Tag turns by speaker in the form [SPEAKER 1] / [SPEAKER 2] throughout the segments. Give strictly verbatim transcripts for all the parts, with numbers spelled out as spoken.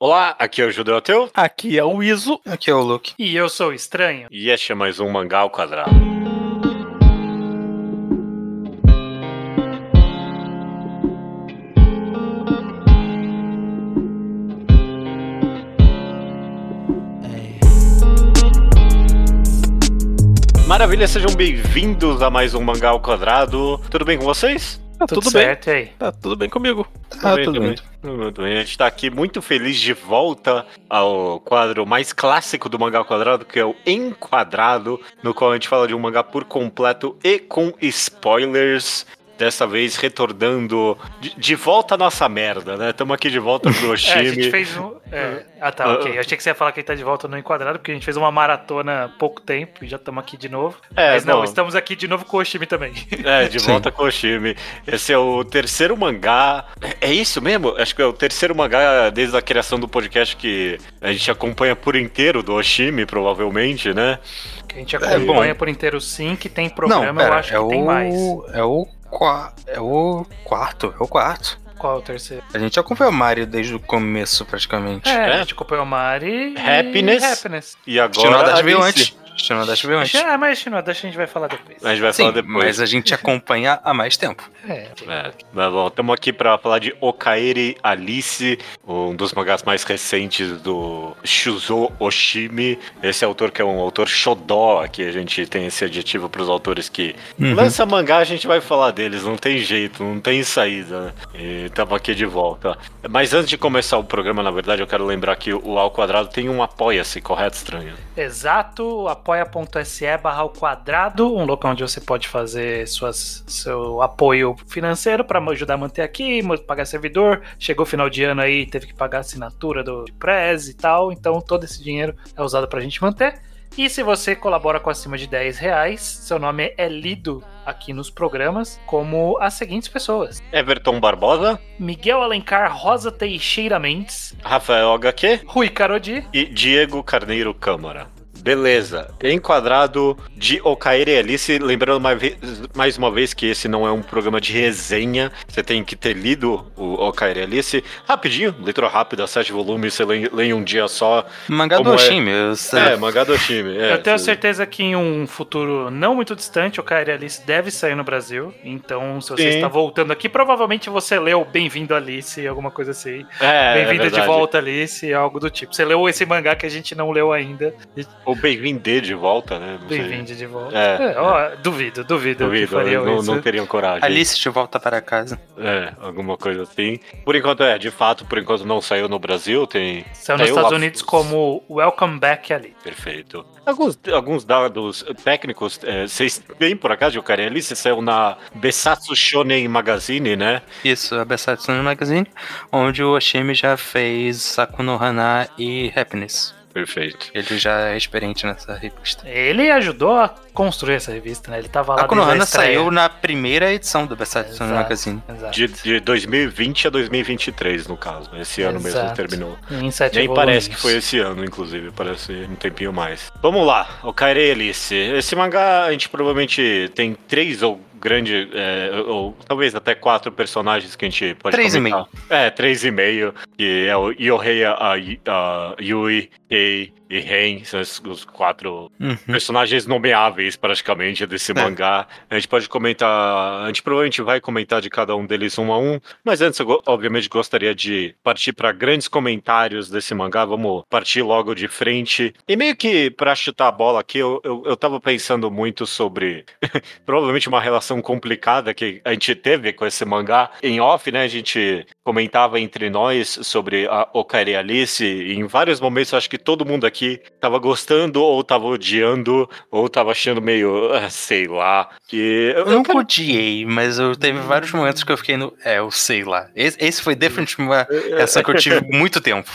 [SPEAKER 1] Olá, aqui é o Judeu Ateu.
[SPEAKER 2] Aqui é o Iso.
[SPEAKER 3] Aqui é o Luke.
[SPEAKER 4] E eu sou o Estranho.
[SPEAKER 1] E este é mais um Mangá ao Quadrado. Maravilha, sejam bem-vindos a mais um Mangá ao Quadrado. Tudo bem com vocês?
[SPEAKER 2] Tá
[SPEAKER 4] Tudo,
[SPEAKER 2] tudo
[SPEAKER 4] certo,
[SPEAKER 2] bem.
[SPEAKER 4] e aí?
[SPEAKER 2] Tá tudo bem comigo.
[SPEAKER 3] Tá tudo bem.
[SPEAKER 1] Muito bem. A gente tá aqui muito feliz de volta ao quadro mais clássico do Mangá ao Quadrado, que é o Enquadrado, no qual a gente fala de um mangá por completo e com spoilers. Dessa vez retornando de, de volta à nossa merda, né? Estamos aqui de volta pro Oshimi.
[SPEAKER 4] É, a gente fez um... É... Ah, tá, ok. Eu achei que você ia falar que ele tá de volta no Enquadrado, porque a gente fez uma maratona há pouco tempo e já estamos aqui de novo.
[SPEAKER 1] É,
[SPEAKER 4] Mas não,
[SPEAKER 1] bom.
[SPEAKER 4] estamos aqui de novo com o Oshimi também.
[SPEAKER 1] É, de volta com o Oshimi. Esse é o terceiro mangá. É isso mesmo? Acho que é o terceiro mangá desde a criação do podcast que a gente acompanha por inteiro do Oshimi, provavelmente, né?
[SPEAKER 4] Que a gente acompanha é por inteiro sim, que tem programa,
[SPEAKER 3] Não, pera,
[SPEAKER 4] eu acho
[SPEAKER 3] é
[SPEAKER 4] que
[SPEAKER 3] o...
[SPEAKER 4] tem mais.
[SPEAKER 3] É o, qua... é o quarto, é o quarto.
[SPEAKER 4] Qual é o terceiro?
[SPEAKER 3] A gente acompanhou o Mario desde o começo, praticamente.
[SPEAKER 4] É,
[SPEAKER 1] É?
[SPEAKER 4] a gente acompanhou o Mari
[SPEAKER 1] Happiness.
[SPEAKER 4] e Happiness.
[SPEAKER 1] E agora
[SPEAKER 3] Shinoda veio
[SPEAKER 1] Alice.
[SPEAKER 3] antes. Shinoda veio antes.
[SPEAKER 4] Ah, mas Shinoda a gente vai falar depois.
[SPEAKER 1] A gente vai
[SPEAKER 3] Sim,
[SPEAKER 1] falar depois.
[SPEAKER 3] mas a gente acompanha há mais tempo.
[SPEAKER 4] É,
[SPEAKER 1] É, mas bom, estamos aqui para falar de Okaeri Alice, um dos mangás mais recentes do Shuzo Oshimi. Esse autor que é um autor xodó, aqui a gente tem esse adjetivo para os autores que
[SPEAKER 3] Uhum.
[SPEAKER 1] lança mangá, a gente vai falar deles, não tem jeito, não tem saída, né? E estamos aqui de volta. Mas antes de começar o programa, na verdade, eu quero lembrar que o Ao Quadrado tem um Apoia-se, correto, Estranho?
[SPEAKER 4] exato, apoia.se barra ao quadrado, um local onde você pode fazer suas, seu apoio financeiro para ajudar a manter aqui, pagar servidor. Chegou o final de ano aí, teve que pagar a assinatura do Prez e tal, então todo esse dinheiro é usado pra gente manter. E se você colabora com acima de dez reais, seu nome é lido aqui nos programas como as seguintes pessoas:
[SPEAKER 1] Everton Barbosa,
[SPEAKER 4] Miguel Alencar Rosa Teixeira Mendes,
[SPEAKER 1] Rafael H Q
[SPEAKER 4] Rui Carodi
[SPEAKER 1] e Diego Carneiro Câmara. Beleza, enquadrado de Okaeri Alice, lembrando mais, vez, mais uma vez que esse não é um programa de resenha, você tem que ter lido o Okaeri Alice rapidinho, leitura rápida, sete volumes, você lê, lê em um dia só.
[SPEAKER 3] Mangá do
[SPEAKER 1] Como é?
[SPEAKER 3] Oshimi. eu sei.
[SPEAKER 1] É, mangá do Oshimi. É,
[SPEAKER 4] Eu tenho
[SPEAKER 1] você-
[SPEAKER 4] certeza que em um futuro não muito distante, o Kairi Alice deve sair no Brasil. Então, se você
[SPEAKER 1] Sim.
[SPEAKER 4] está voltando aqui, provavelmente você leu Bem-vindo Alice, alguma coisa assim.
[SPEAKER 1] É,
[SPEAKER 4] Bem-vinda
[SPEAKER 1] é
[SPEAKER 4] de
[SPEAKER 1] verdade.
[SPEAKER 4] volta, Alice, algo do tipo. Você leu esse mangá que a gente não leu ainda.
[SPEAKER 1] Ou bem-vindo de volta, né? Não sei.
[SPEAKER 4] Bem-vindo de volta.
[SPEAKER 1] É,
[SPEAKER 4] É, ó, duvido, duvido, que
[SPEAKER 1] Duvido,
[SPEAKER 4] fariam
[SPEAKER 1] não,
[SPEAKER 4] isso.
[SPEAKER 1] não teriam coragem.
[SPEAKER 3] Alice de volta para casa.
[SPEAKER 1] É, alguma coisa assim. Por enquanto, é, de fato, por enquanto não saiu no Brasil, tem...
[SPEAKER 4] Saiu nos
[SPEAKER 1] saiu
[SPEAKER 4] Estados
[SPEAKER 1] lá-
[SPEAKER 4] Unidos como Welcome Back Alice.
[SPEAKER 1] Perfeito. Alguns, alguns dados técnicos, é, vocês têm por acaso de Okaeri Alice? Saiu na Besatsu Shonen Magazine, né?
[SPEAKER 3] Isso, a Besatsu Magazine, onde o Oshimi já fez Sakuno Hana e Happiness.
[SPEAKER 1] Perfeito.
[SPEAKER 3] Ele já é experiente nessa revista.
[SPEAKER 4] Ele ajudou a construir essa revista, né? Ele tava lá
[SPEAKER 3] A Kuno
[SPEAKER 4] desde a
[SPEAKER 3] Hana
[SPEAKER 4] estreia.
[SPEAKER 3] saiu na primeira edição do Besatsu
[SPEAKER 4] Exato,
[SPEAKER 3] Magazine.
[SPEAKER 4] exato.
[SPEAKER 1] De, de dois mil e vinte a dois mil e vinte e três, no caso. Esse ano mesmo
[SPEAKER 4] Exato.
[SPEAKER 1] terminou.
[SPEAKER 4] Em sete
[SPEAKER 1] Nem
[SPEAKER 4] volumes.
[SPEAKER 1] parece que foi esse ano, inclusive. Parece um tempinho mais. Vamos lá, Okaeri Alice. Esse mangá, a gente provavelmente tem três ou grande, é, ou talvez até quatro personagens que a gente pode
[SPEAKER 3] Três e
[SPEAKER 1] comentar. É, três e meio, que é o Yohei, a, a Yui, Kei e Ren, são os, os quatro
[SPEAKER 3] Uhum.
[SPEAKER 1] personagens nomeáveis praticamente desse
[SPEAKER 3] É.
[SPEAKER 1] mangá. A gente pode comentar, a gente provavelmente vai comentar de cada um deles um a um, mas antes eu go- obviamente gostaria de partir para grandes comentários desse mangá. Vamos partir logo de frente. E meio que para chutar a bola aqui, eu, eu, eu tava pensando muito sobre provavelmente uma relação complicada que a gente teve com esse mangá em off, né? A gente comentava entre nós sobre a Okaeri Alice e em vários momentos eu acho que todo mundo aqui tava gostando ou tava odiando ou tava achando meio, ah, sei lá, que
[SPEAKER 3] Eu nunca odiei, mas eu teve vários momentos que eu fiquei no. É, eu sei lá. Esse, esse foi definitivamente uma reação que eu tive muito tempo.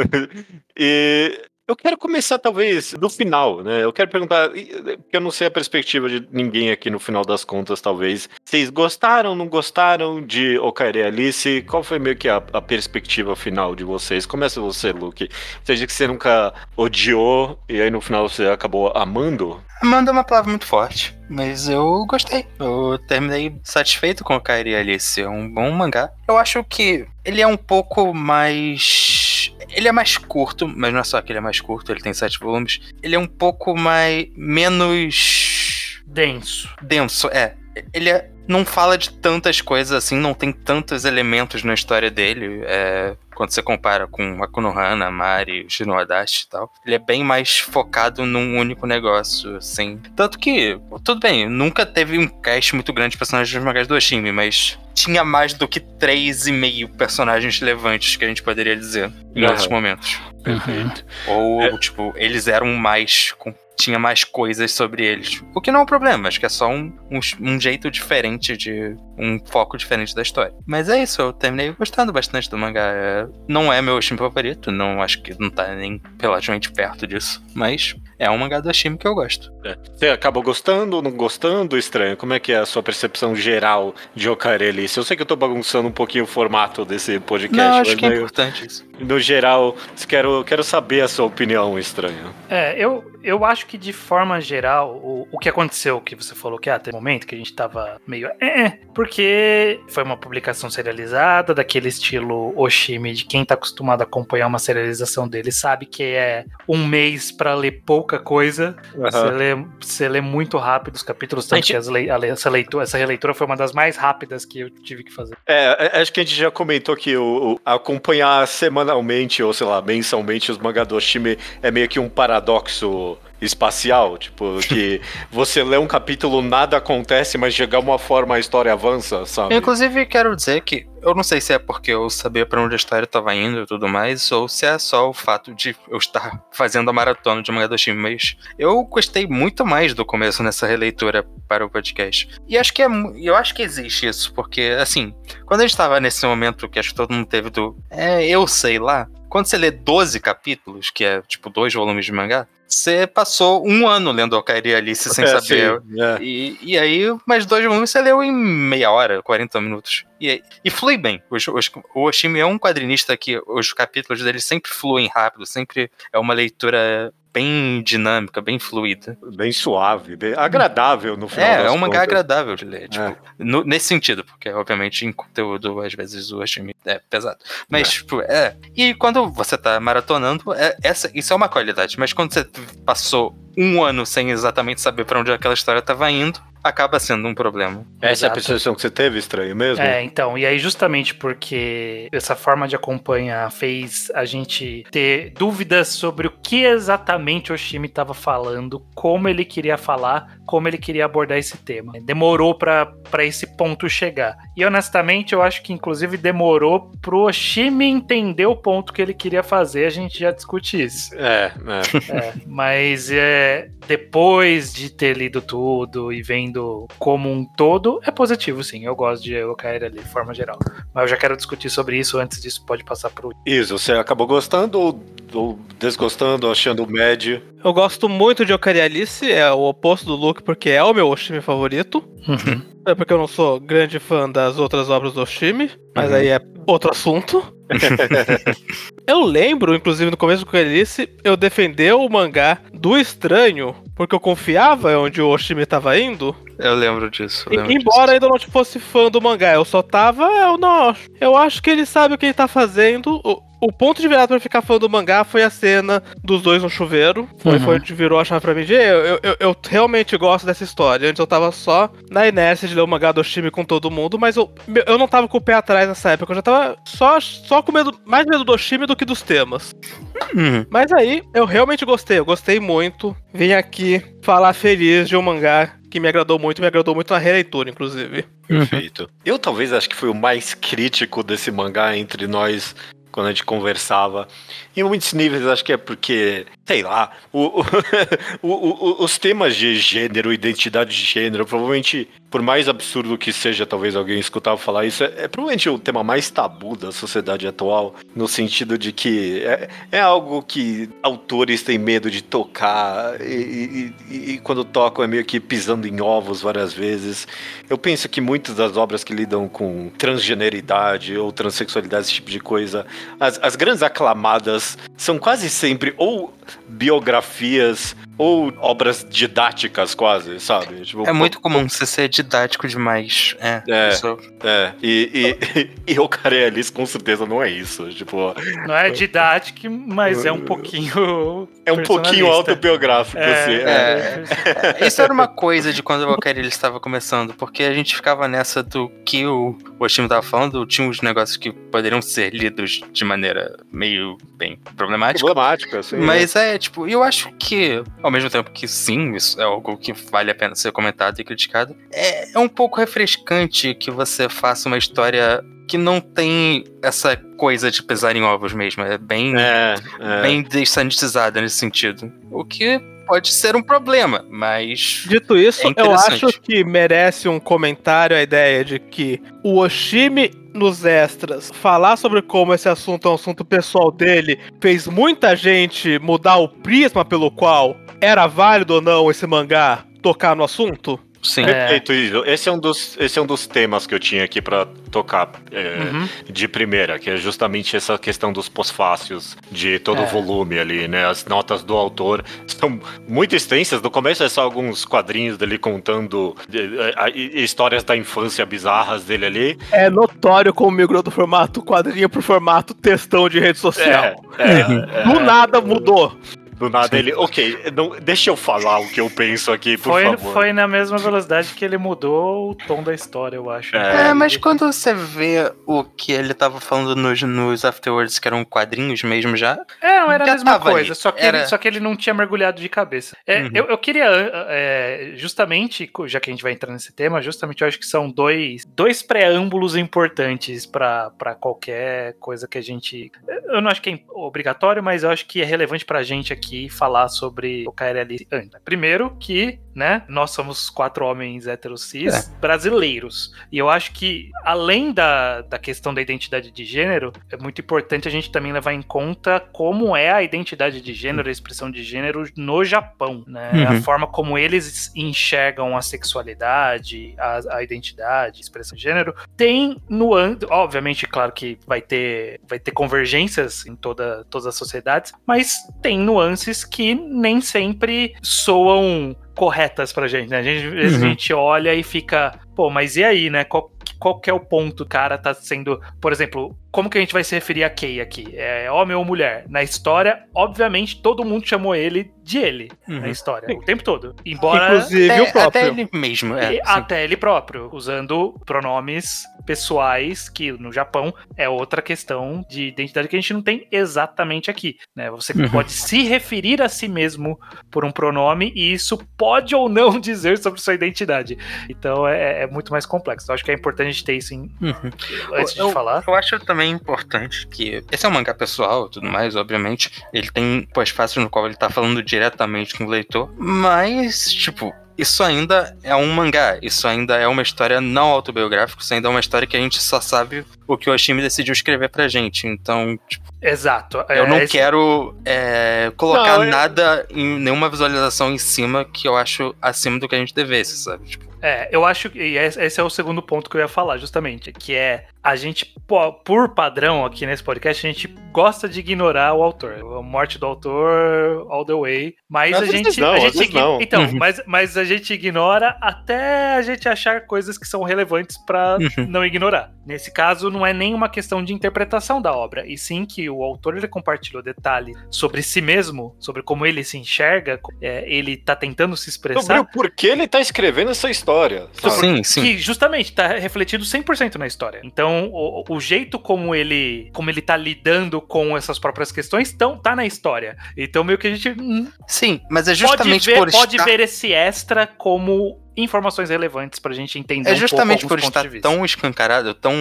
[SPEAKER 1] E eu quero começar, talvez, do final, né? Eu quero perguntar, porque eu não sei a perspectiva de ninguém aqui no final das contas, talvez. Vocês gostaram, não gostaram de Okaeri Alice? Qual foi meio que a, a perspectiva final de vocês? Começa você, Luke. Você disse que você nunca odiou e aí no final você acabou amando?
[SPEAKER 3] Amanda é uma palavra muito forte, mas eu gostei. Eu terminei satisfeito com o Kairi Alice. É um bom mangá. Eu acho que ele é um pouco mais ele é mais curto, mas não é só que ele é mais curto, ele tem sete volumes. Ele é um pouco mais... menos...
[SPEAKER 4] denso.
[SPEAKER 3] Denso, é. Ele é, não fala de tantas coisas assim, não tem tantos elementos na história dele, é, quando você compara com a Konohana, a Mari, o Shino Adachi e tal. Ele é bem mais focado num único negócio, assim. Tanto que, tudo bem, nunca teve um cast muito grande de personagens dos mangás do Oshimi, mas tinha mais do que três e meio personagens relevantes que a gente poderia dizer em
[SPEAKER 1] Uhum.
[SPEAKER 3] outros momentos.
[SPEAKER 1] Perfeito.
[SPEAKER 3] Ou,
[SPEAKER 1] É.
[SPEAKER 3] tipo, eles eram mais... com tinha mais coisas sobre eles. O que não é um problema, acho que é só um, um, um jeito diferente de... um foco diferente da história. Mas é isso, eu terminei gostando bastante do mangá. É, não é meu Oshimi favorito, não acho que não tá nem relativamente perto disso, mas é um mangá do Oshimi que eu gosto.
[SPEAKER 1] É. Você acabou gostando, não gostando? Estranho. Como é que é a sua percepção geral de Ocarelice? Eu sei que eu tô bagunçando um pouquinho o formato desse podcast,
[SPEAKER 3] Não, acho
[SPEAKER 1] mas
[SPEAKER 3] que é
[SPEAKER 1] meio-
[SPEAKER 3] importante isso.
[SPEAKER 1] no geral, quero, quero saber a sua opinião, Estranho.
[SPEAKER 4] É, eu, eu acho que de forma geral, o, o que aconteceu, que você falou que ah, tem um momento que a gente tava meio. É, é, porque foi uma publicação serializada, daquele estilo Oshimi, de quem tá acostumado a acompanhar uma serialização dele, sabe que é um mês pra ler pouca coisa. Você, lê, você lê muito rápido os capítulos, tanto
[SPEAKER 1] A gente-
[SPEAKER 4] que as le- a le- essa, leitura, essa releitura foi uma das mais rápidas que eu tive que fazer.
[SPEAKER 1] É, é, acho que a gente já comentou que o, o- acompanhar semanalmente ou, sei lá, mensalmente os mangá do Oshimi é meio que um paradoxo espacial, tipo, que você lê um capítulo, nada acontece, mas de alguma forma a história avança, sabe?
[SPEAKER 3] Eu, inclusive, quero dizer que eu não sei se é porque eu sabia pra onde a história tava indo e tudo mais, ou se é só o fato de eu estar fazendo a maratona de mangá do Oshimi, mas eu gostei muito mais do começo nessa releitura para o podcast. E acho que é, mu- eu acho que existe isso, porque, assim, quando a gente tava nesse momento que acho que todo mundo teve do é, eu sei lá, quando você lê doze capítulos, que é tipo dois volumes de mangá, você passou um ano lendo Okairi Alice sem
[SPEAKER 1] É,
[SPEAKER 3] saber.
[SPEAKER 1] sim, é.
[SPEAKER 3] E, e aí, mais dois volumes você leu em meia hora, quarenta minutos. E, aí- e flui bem. Os- os- o Oshimi é um quadrinista que os capítulos dele sempre fluem rápido, sempre é uma leitura bem dinâmica, bem fluida.
[SPEAKER 1] Bem suave, bem agradável no final
[SPEAKER 3] É,
[SPEAKER 1] das
[SPEAKER 3] é um mangá
[SPEAKER 1] contas.
[SPEAKER 3] agradável de ler, tipo,
[SPEAKER 1] É.
[SPEAKER 3] no- nesse sentido, porque obviamente em conteúdo às vezes o Oshimi é pesado. Mas,
[SPEAKER 1] É.
[SPEAKER 3] tipo, é. E quando você tá maratonando, é, essa, isso é uma qualidade, mas quando você passou um ano sem exatamente saber pra onde aquela história tava indo, acaba sendo um problema.
[SPEAKER 1] Essa é a
[SPEAKER 4] Exato.
[SPEAKER 1] percepção que você teve, Estranho, mesmo?
[SPEAKER 4] É, então, e aí justamente porque essa forma de acompanhar fez a gente ter dúvidas sobre o que exatamente o Oshimi estava falando, como ele queria falar, como ele queria abordar esse tema. Demorou pra pra esse ponto chegar. E honestamente, eu acho que inclusive demorou pro Oshimi entender o ponto que ele queria fazer, a gente já discute isso.
[SPEAKER 1] É, é.
[SPEAKER 4] É, mas é, depois de ter lido tudo e vendo como um todo, é positivo, sim. Eu gosto de Okairi ali, de forma geral. Mas eu já quero discutir sobre isso. Antes disso, pode passar pro.
[SPEAKER 1] Isso, você acabou gostando ou, ou desgostando, achando médio?
[SPEAKER 2] Eu gosto muito de Okairi Alice, é o oposto do Luke, porque é o meu Oshimi favorito. É porque eu não sou grande fã das outras obras do Oshimi, mas
[SPEAKER 1] Uhum.
[SPEAKER 2] aí é outro assunto. Eu lembro, inclusive, no começo do Okairi Alice, eu defender o mangá do Estranho, porque eu confiava onde o Oshimi tava indo.
[SPEAKER 3] Eu lembro disso. Eu
[SPEAKER 2] E,
[SPEAKER 3] lembro
[SPEAKER 2] embora
[SPEAKER 3] disso.
[SPEAKER 2] ainda não fosse fã do mangá, eu só tava, eu não, eu acho que ele sabe o que ele tá fazendo. O, o ponto de virada pra ficar fã do mangá foi a cena dos dois no chuveiro. Foi,
[SPEAKER 4] Uhum.
[SPEAKER 2] foi onde virou a chave pra mim de, eu, eu, eu, eu realmente gosto dessa história. Antes eu tava só na inércia de ler o mangá do Oshimi com todo mundo, mas eu, eu não tava com o pé atrás nessa época. Eu já tava só, só com medo, mais medo do Oshimi do que dos temas.
[SPEAKER 3] Uhum.
[SPEAKER 2] Mas aí, eu realmente gostei, eu gostei muito. Vim aqui falar feliz de um mangá que me agradou muito, me agradou muito na releitura, inclusive.
[SPEAKER 1] Perfeito. Eu talvez acho que fui o mais crítico desse mangá entre nós quando a gente conversava. Em muitos níveis, acho que é porque, sei lá, o, o, o, o, os temas de gênero, identidade de gênero, provavelmente, por mais absurdo que seja, talvez alguém escutava falar isso, é, é provavelmente o tema mais tabu da sociedade atual, no sentido de que é, é algo que autores têm medo de tocar e, e, e, e quando tocam é meio que pisando em ovos várias vezes. Eu penso que muitas das obras que lidam com transgeneridade ou transexualidade, esse tipo de coisa, as, as grandes aclamadas são quase sempre ou biografias ou obras didáticas quase, sabe? Tipo,
[SPEAKER 3] É muito comum você ser didático demais. É,
[SPEAKER 1] É.
[SPEAKER 3] isso-
[SPEAKER 1] É, e, e, e o Carelis com certeza não é isso. Tipo,
[SPEAKER 4] Não é didático, mas é um pouquinho.
[SPEAKER 1] é um pouquinho
[SPEAKER 4] personalista.
[SPEAKER 1] autobiográfico, assim.
[SPEAKER 4] É,
[SPEAKER 3] É, isso era uma coisa de quando o Valkyrie estava começando, porque a gente ficava nessa do que o Oshimi estava falando, tinha uns negócios que poderiam ser lidos de maneira meio bem problemática.
[SPEAKER 1] Problemático, assim.
[SPEAKER 3] Mas é, tipo, eu acho que, ao mesmo tempo que sim, isso é algo que vale a pena ser comentado e criticado, é, é um pouco refrescante que você faça uma história que não tem essa coisa de pesar em ovos mesmo. É bem,
[SPEAKER 1] É, é.
[SPEAKER 3] bem desanitizada nesse sentido. O que pode ser um problema, mas...
[SPEAKER 2] Dito isso,
[SPEAKER 3] É
[SPEAKER 2] eu
[SPEAKER 3] interessante.
[SPEAKER 2] acho que merece um comentário a ideia de que o Oshimi, nos extras, falar sobre como esse assunto é um assunto pessoal dele fez muita gente mudar o prisma pelo qual era válido ou não esse mangá tocar no assunto.
[SPEAKER 3] Sim.
[SPEAKER 1] Perfeito, Ivo. Esse é um dos, esse é um dos temas que eu tinha aqui pra tocar é,
[SPEAKER 4] Uhum.
[SPEAKER 1] de primeira, que é justamente essa questão dos pós-fácios de todo
[SPEAKER 4] É.
[SPEAKER 1] o volume ali, né? As notas do autor são muito extensas. No começo é só alguns quadrinhos dele contando é, a- e- histórias da infância bizarras dele ali.
[SPEAKER 2] É notório como migrou do formato quadrinho pro formato textão de rede social.
[SPEAKER 1] É,
[SPEAKER 2] Do nada mudou.
[SPEAKER 1] do nada ele, ok, não, deixa eu falar o que eu penso aqui, por
[SPEAKER 4] Foi,
[SPEAKER 1] favor.
[SPEAKER 4] foi na mesma velocidade que ele mudou o tom da história, eu acho.
[SPEAKER 1] É.
[SPEAKER 3] É, mas quando você vê o que ele tava falando nos, nos afterwords, que eram quadrinhos mesmo já,
[SPEAKER 4] É, não era a
[SPEAKER 3] Já
[SPEAKER 4] mesma
[SPEAKER 3] tava
[SPEAKER 4] coisa,
[SPEAKER 3] ali.
[SPEAKER 4] só que,
[SPEAKER 3] Era-
[SPEAKER 4] ele, só que ele não tinha mergulhado de cabeça. É,
[SPEAKER 3] Uhum.
[SPEAKER 4] eu, eu queria, é, justamente, já que a gente vai entrar nesse tema, justamente eu acho que são dois, dois preâmbulos importantes pra pra qualquer coisa que a gente... Eu não acho que é obrigatório, mas eu acho que é relevante pra gente aqui falar sobre o K L L antes. Primeiro que, né, nós somos quatro homens heterocis
[SPEAKER 3] É.
[SPEAKER 4] brasileiros. E eu acho que, além da, da questão da identidade de gênero, é muito importante a gente também levar em conta como é a identidade de gênero, a expressão de gênero no Japão, né?
[SPEAKER 3] Uhum.
[SPEAKER 4] A forma como eles enxergam a sexualidade, a, a identidade, a expressão de gênero, tem nuance, obviamente, claro que vai ter, vai ter convergências em toda, todas as sociedades, mas tem nuances que nem sempre soam corretas pra gente, né? A gente, às vezes
[SPEAKER 3] Uhum.
[SPEAKER 4] a gente olha e fica, pô, mas e aí, né? Qual, qual que é o ponto? O cara tá sendo, por exemplo, como que a gente vai se referir a Kei aqui? É homem ou mulher? Na história, obviamente, todo mundo chamou ele de ele
[SPEAKER 3] Uhum.
[SPEAKER 4] na história, o tempo todo. Embora
[SPEAKER 2] Inclusive
[SPEAKER 3] até,
[SPEAKER 2] o próprio.
[SPEAKER 3] até ele mesmo, é.
[SPEAKER 4] e
[SPEAKER 3] sim.
[SPEAKER 4] até ele próprio, usando pronomes pessoais, que no Japão é outra questão de identidade que a gente não tem exatamente aqui, né? Você
[SPEAKER 3] Uhum.
[SPEAKER 4] pode se referir a si mesmo por um pronome e isso pode ou não dizer sobre sua identidade. Então é, é muito mais complexo. Eu acho que é importante a gente ter isso em,
[SPEAKER 3] Uhum.
[SPEAKER 4] antes
[SPEAKER 3] eu,
[SPEAKER 4] de falar.
[SPEAKER 3] Eu acho também importante que esse é um mangá pessoal e tudo mais, obviamente. Ele tem pós-fácil no qual ele tá falando diretamente com o leitor, mas, tipo, isso ainda é um mangá, isso ainda é uma história não autobiográfica, isso ainda é uma história que a gente só sabe o que o Oshimi decidiu escrever pra gente. Então, tipo,
[SPEAKER 4] Exato.
[SPEAKER 3] eu
[SPEAKER 4] é,
[SPEAKER 3] não
[SPEAKER 4] esse-
[SPEAKER 3] quero é, colocar
[SPEAKER 1] Não, eu-
[SPEAKER 3] nada em nenhuma visualização em cima que eu acho acima do que a gente devesse, sabe? Tipo,
[SPEAKER 4] É, eu acho que e esse esse é o segundo ponto que eu ia falar, justamente, que é a gente, pô, por padrão aqui nesse podcast, a gente gosta de ignorar o autor. A morte do autor, all the way. Mas
[SPEAKER 1] Às
[SPEAKER 4] a
[SPEAKER 1] vezes
[SPEAKER 4] gente.
[SPEAKER 1] não,
[SPEAKER 4] a
[SPEAKER 1] às
[SPEAKER 4] gente
[SPEAKER 1] vezes
[SPEAKER 4] ign-
[SPEAKER 1] não.
[SPEAKER 4] Então,
[SPEAKER 3] Uhum.
[SPEAKER 4] mas, mas a gente ignora até a gente achar coisas que são relevantes pra
[SPEAKER 3] Uhum.
[SPEAKER 4] não ignorar. Nesse caso, não é nem uma questão de interpretação da obra, e sim que o autor ele compartilhou detalhes sobre si mesmo, sobre como ele se enxerga, é, ele tá tentando se expressar.
[SPEAKER 1] Sobre o porquê ele tá escrevendo essa história. sabe?
[SPEAKER 3] sim, sim.
[SPEAKER 4] Que justamente tá refletido cem por cento na história. Então, o, o jeito como ele, como ele tá lidando com essas próprias questões tão, tá na história. Então, meio que a gente hum,
[SPEAKER 3] Sim, mas é
[SPEAKER 4] pode,
[SPEAKER 3] justamente
[SPEAKER 4] ver,
[SPEAKER 3] por
[SPEAKER 4] pode
[SPEAKER 3] estar...
[SPEAKER 4] ver esse extra como informações relevantes pra gente entender
[SPEAKER 3] É
[SPEAKER 4] um
[SPEAKER 3] justamente
[SPEAKER 4] pouco
[SPEAKER 3] por
[SPEAKER 4] alguns
[SPEAKER 3] estar
[SPEAKER 4] pontos de vista.
[SPEAKER 3] tão escancarado, tão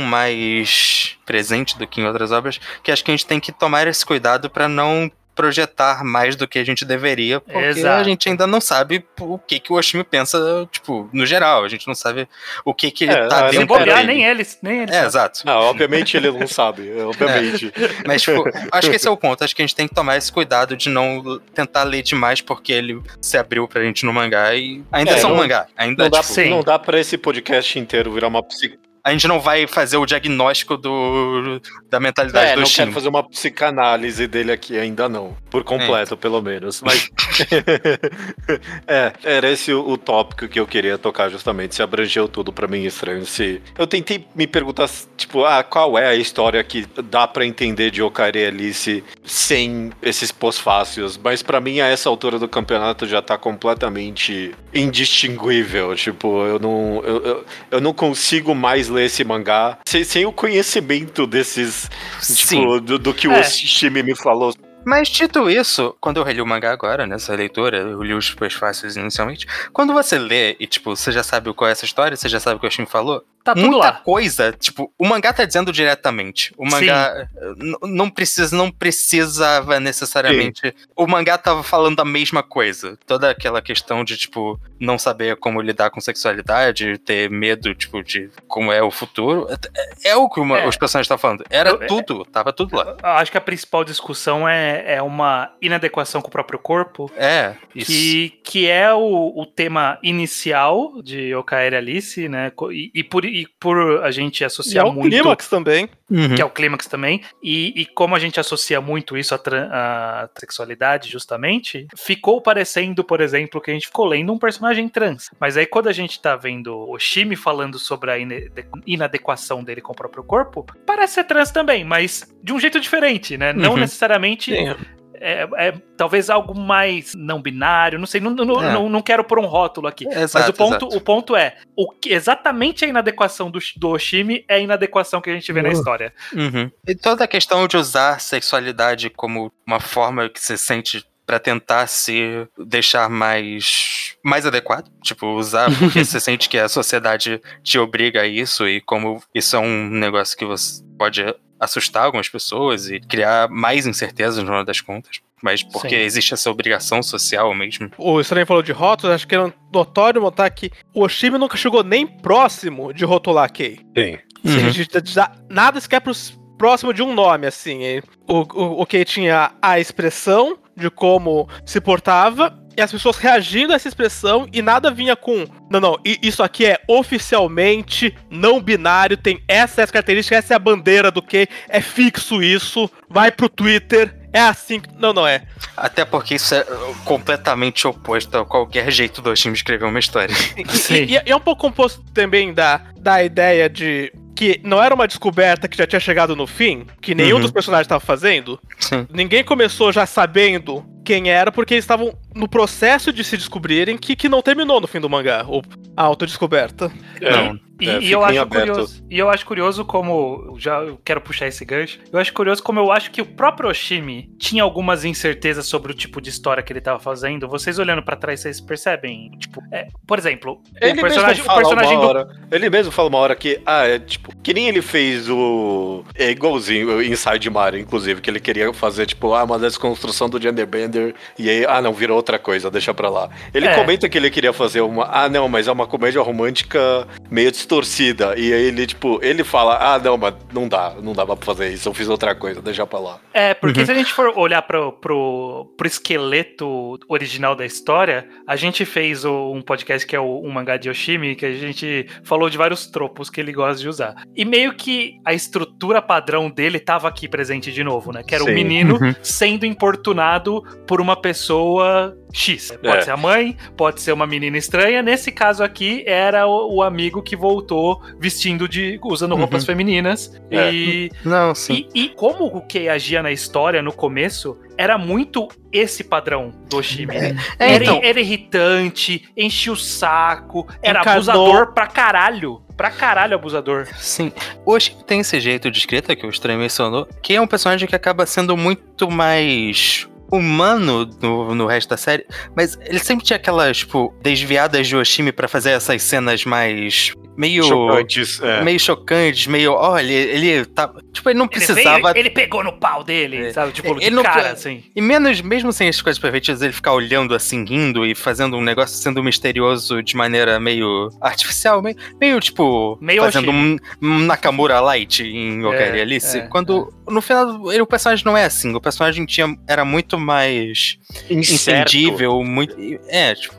[SPEAKER 3] mais presente do que em outras obras, que acho que a gente tem que tomar esse cuidado pra não projetar mais do que a gente deveria, porque
[SPEAKER 4] Exato.
[SPEAKER 3] a gente ainda não sabe o que que o Oshimi pensa, tipo, no geral, a gente não sabe o que que ele
[SPEAKER 1] É,
[SPEAKER 3] tá
[SPEAKER 1] ah,
[SPEAKER 4] Se
[SPEAKER 3] dentro
[SPEAKER 4] bobear,
[SPEAKER 3] dele.
[SPEAKER 4] nem eles, nem eles.
[SPEAKER 3] É, exato.
[SPEAKER 1] Não, obviamente ele não sabe, obviamente.
[SPEAKER 3] Mas, tipo, acho que esse é o ponto. Acho que a gente tem que tomar esse cuidado de não tentar ler demais porque ele se abriu pra gente no mangá e ainda
[SPEAKER 1] É,
[SPEAKER 3] é só um
[SPEAKER 1] não-
[SPEAKER 3] mangá. Ainda,
[SPEAKER 1] Não dá,
[SPEAKER 3] tipo,
[SPEAKER 4] Sim.
[SPEAKER 1] não dá pra esse podcast inteiro virar uma psic...
[SPEAKER 3] a gente não vai fazer o diagnóstico do, da mentalidade
[SPEAKER 1] É,
[SPEAKER 3] do
[SPEAKER 1] não
[SPEAKER 3] Oshimi.
[SPEAKER 1] quero fazer uma psicanálise dele aqui, ainda não. por completo, é. pelo menos. Mas é, era esse o, o tópico que eu queria tocar justamente, se abrangeu tudo pra mim estranho. Se... Eu tentei me perguntar, tipo, ah, qual é a história que dá pra entender de Okaeri e Alice sem esses pós-fácios, mas pra mim a essa altura do campeonato já tá completamente indistinguível, tipo, eu não eu, eu, eu não consigo mais ler esse mangá sem, sem o conhecimento desses, tipo, do, do que é. o Oshimi me falou.
[SPEAKER 3] Mas, dito isso, quando eu reli o mangá agora, nessa leitura, eu li os pós-fácios inicialmente, quando você lê e, tipo, você já sabe qual é essa história, você já sabe o que o Oshimi falou,
[SPEAKER 4] tá tudo
[SPEAKER 3] muita
[SPEAKER 4] lá.
[SPEAKER 3] coisa, tipo, o mangá tá dizendo diretamente. O mangá n- não precisa, não precisava necessariamente... Sim. O mangá tava falando a mesma coisa. Toda aquela questão de, tipo, não saber como lidar com sexualidade, ter medo, tipo, de como é o futuro. É, é o que uma, é. os personagens estavam falando. Era eu, tudo, é, tava tudo lá.
[SPEAKER 4] Eu acho que a principal discussão é é uma inadequação com o próprio corpo.
[SPEAKER 3] É, isso.
[SPEAKER 4] Que, que é o, o tema inicial de Okaeri Alice, né? E, e, por, e por a gente associar muito...
[SPEAKER 2] E é o muito, clímax também.
[SPEAKER 4] Uhum. Que é o clímax também. E, e como a gente associa muito isso à, tra- à sexualidade, justamente, ficou parecendo, por exemplo, que a gente ficou lendo um personagem trans. Mas aí quando a gente tá vendo o Oshimi falando sobre a inadequação dele com o próprio corpo, parece ser trans também, mas de um jeito diferente, né? Não uhum. necessariamente... Sim. É, é talvez algo mais não binário, não sei, não, não, é. não, não quero pôr um rótulo aqui. É, exato, mas o ponto, o ponto é, o que, exatamente a inadequação do, do Oshimi é a inadequação que a gente vê uhum. na história.
[SPEAKER 3] Uhum. E toda a questão de usar sexualidade como uma forma que você sente pra tentar se deixar mais, mais adequado. Tipo, usar porque você sente que a sociedade te obriga a isso e como isso é um negócio que você pode... assustar algumas pessoas e criar mais incertezas no final das contas. Mas porque Sim. existe essa obrigação social mesmo.
[SPEAKER 2] O Estranho falou de rótulos, acho que é notório notar que o Oshimi nunca chegou nem próximo de rotular a Kei.
[SPEAKER 1] Sim.
[SPEAKER 2] Uhum. Sim. Nada sequer próximo de um nome, assim. O, o, o Kei tinha a expressão de como se portava e as pessoas reagindo a essa expressão e nada vinha com não, não, isso aqui é oficialmente não binário, tem essa, essa característica, essa é a bandeira do que é fixo isso, vai pro Twitter, é assim que... Não, não é.
[SPEAKER 3] Até porque isso é completamente oposto a qualquer jeito do Oshimi escrever uma história.
[SPEAKER 2] E, e, e é um pouco composto também da, da ideia de que não era uma descoberta que já tinha chegado no fim, que nenhum uhum. dos personagens estava fazendo.
[SPEAKER 3] Sim.
[SPEAKER 2] Ninguém começou já sabendo quem era, porque eles estavam no processo de se descobrirem que, que não terminou no fim do mangá, ou a autodescoberta.
[SPEAKER 4] É. Não. E, é, e, eu acho curioso, e eu acho curioso como, já eu quero puxar esse gancho, eu acho curioso como eu acho que o próprio Oshimi tinha algumas incertezas sobre o tipo de história que ele tava fazendo. Vocês olhando pra trás, vocês percebem? Tipo, é, por exemplo,
[SPEAKER 1] ele o personagem, mesmo o personagem do... hora, ele mesmo fala uma hora que, ah, é tipo, que nem ele fez o... É igualzinho o Inside Mario, inclusive, que ele queria fazer, tipo, ah, uma desconstrução do Genderbender, e aí, ah, não, virou outra coisa, deixa pra lá. Ele é. comenta que ele queria fazer uma, ah, não, mas é uma comédia romântica meio distorcida, e aí ele, tipo, ele fala, ah, não, mas não dá, não dá pra fazer isso, eu fiz outra coisa, deixa pra lá.
[SPEAKER 4] É, porque uhum. se a gente for olhar pro, pro, pro esqueleto original da história, a gente fez o, um podcast que é o um mangá de Oshimi, que a gente falou de vários tropos que ele gosta de usar. E meio que a estrutura padrão dele tava aqui presente de novo, né? Que era o um menino uhum. sendo importunado por uma pessoa X. Pode é. ser a mãe, pode ser uma menina estranha. Nesse caso aqui, era o, o amigo que voltou vestindo de... usando roupas uhum. femininas.
[SPEAKER 3] É.
[SPEAKER 4] E,
[SPEAKER 3] Não, sim.
[SPEAKER 4] E, e como o Kei agia na história, no começo, era muito esse padrão do Oshimi. É. É, era, então... era irritante, enchia o saco, era Encarnou... abusador pra caralho. Pra caralho abusador.
[SPEAKER 3] Sim. O Oshimi tem esse jeito de escrita que o Estranho mencionou, que é um personagem que acaba sendo muito mais... humano no, no resto da série, mas ele sempre tinha aquelas, tipo, desviadas de Oshimi pra fazer essas cenas mais... meio...
[SPEAKER 1] chocantes, é.
[SPEAKER 3] meio chocantes, meio... olha, ele, ele tá... tipo, ele não precisava...
[SPEAKER 4] Ele, veio, ele pegou no pau dele, é. sabe? Tipo, ele de não, cara, assim.
[SPEAKER 3] E menos, mesmo sem as coisas perfeitas, ele ficar olhando assim, rindo e fazendo um negócio sendo misterioso de maneira meio artificial, meio, meio tipo...
[SPEAKER 4] meio
[SPEAKER 3] fazendo um, um Nakamura Light em Okaeri é, Alice. É, quando, é. no final, ele, o personagem não é assim. O personagem tinha, era muito mais
[SPEAKER 1] incerto.
[SPEAKER 3] Entendível, muito... é, tipo...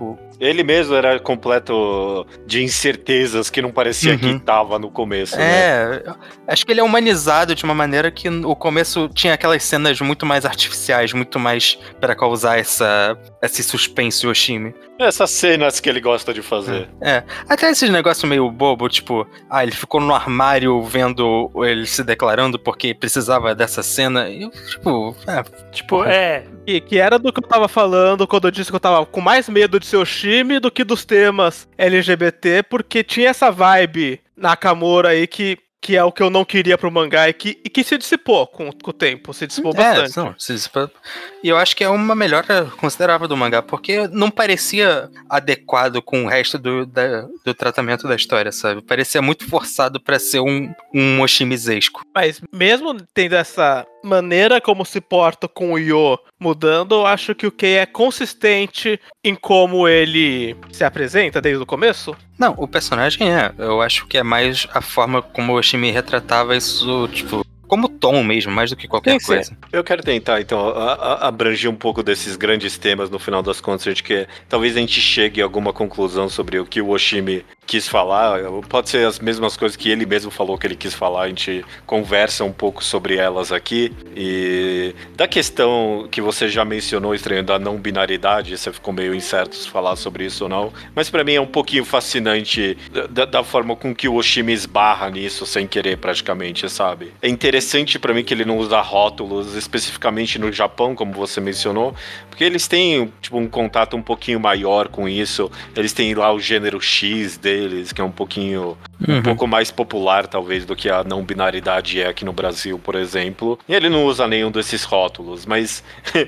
[SPEAKER 1] Ele mesmo era completo de incertezas que não parecia
[SPEAKER 3] Uhum.
[SPEAKER 1] que tava no começo, né?
[SPEAKER 3] É, acho que ele é humanizado de uma maneira que o começo tinha aquelas cenas muito mais artificiais, muito mais para causar essa, esse suspense Oshimi.
[SPEAKER 1] Essas cenas que ele gosta de fazer.
[SPEAKER 3] É, até esses negócios meio bobo, tipo, ah, ele ficou no armário vendo ele se declarando porque precisava dessa cena. E eu, tipo, é,
[SPEAKER 4] Tipo, é.
[SPEAKER 2] Que, que era do que eu tava falando quando eu disse que eu tava com mais medo de ser Oshimi do que dos temas L G B T, porque tinha essa vibe Nakamura aí que, que é o que eu não queria pro mangá e que, e que se dissipou com, com o tempo, se dissipou bastante.
[SPEAKER 3] É, não, se dissipa- e eu acho que é uma melhora considerável do mangá, porque não parecia adequado com o resto do, da- do tratamento da história, sabe? Parecia muito forçado pra ser um, um Oshimizesco.
[SPEAKER 2] Mas mesmo tendo essa maneira como se porta com o Yo mudando, eu acho que o Kei é consistente em como ele se apresenta desde o começo.
[SPEAKER 3] Não, o personagem é. Eu acho que é mais a forma como o Oshimi retratava isso, tipo, como tom mesmo, mais do que qualquer
[SPEAKER 1] Sim, sim.
[SPEAKER 3] coisa.
[SPEAKER 1] Eu quero tentar, então, a- a- abranger um pouco desses grandes temas no final das contas, de que talvez a gente chegue a alguma conclusão sobre o que o Oshimi quis falar. Pode ser as mesmas coisas que ele mesmo falou que ele quis falar, a gente conversa um pouco sobre elas aqui. E da questão que você já mencionou, estranho, da não binaridade, você ficou meio incerto se falar sobre isso ou não, mas pra mim é um pouquinho fascinante da, da forma com que o Oshimi esbarra nisso sem querer, praticamente, sabe? É interessante pra mim que ele não usa rótulos, especificamente no Japão, como você mencionou, porque eles têm, tipo, um contato um pouquinho maior com isso. Eles têm lá o gênero X deles, que é um pouquinho, um
[SPEAKER 3] Uhum.
[SPEAKER 1] pouco mais popular, talvez, do que a não binaridade é aqui no Brasil, por exemplo. E ele não usa nenhum desses rótulos, mas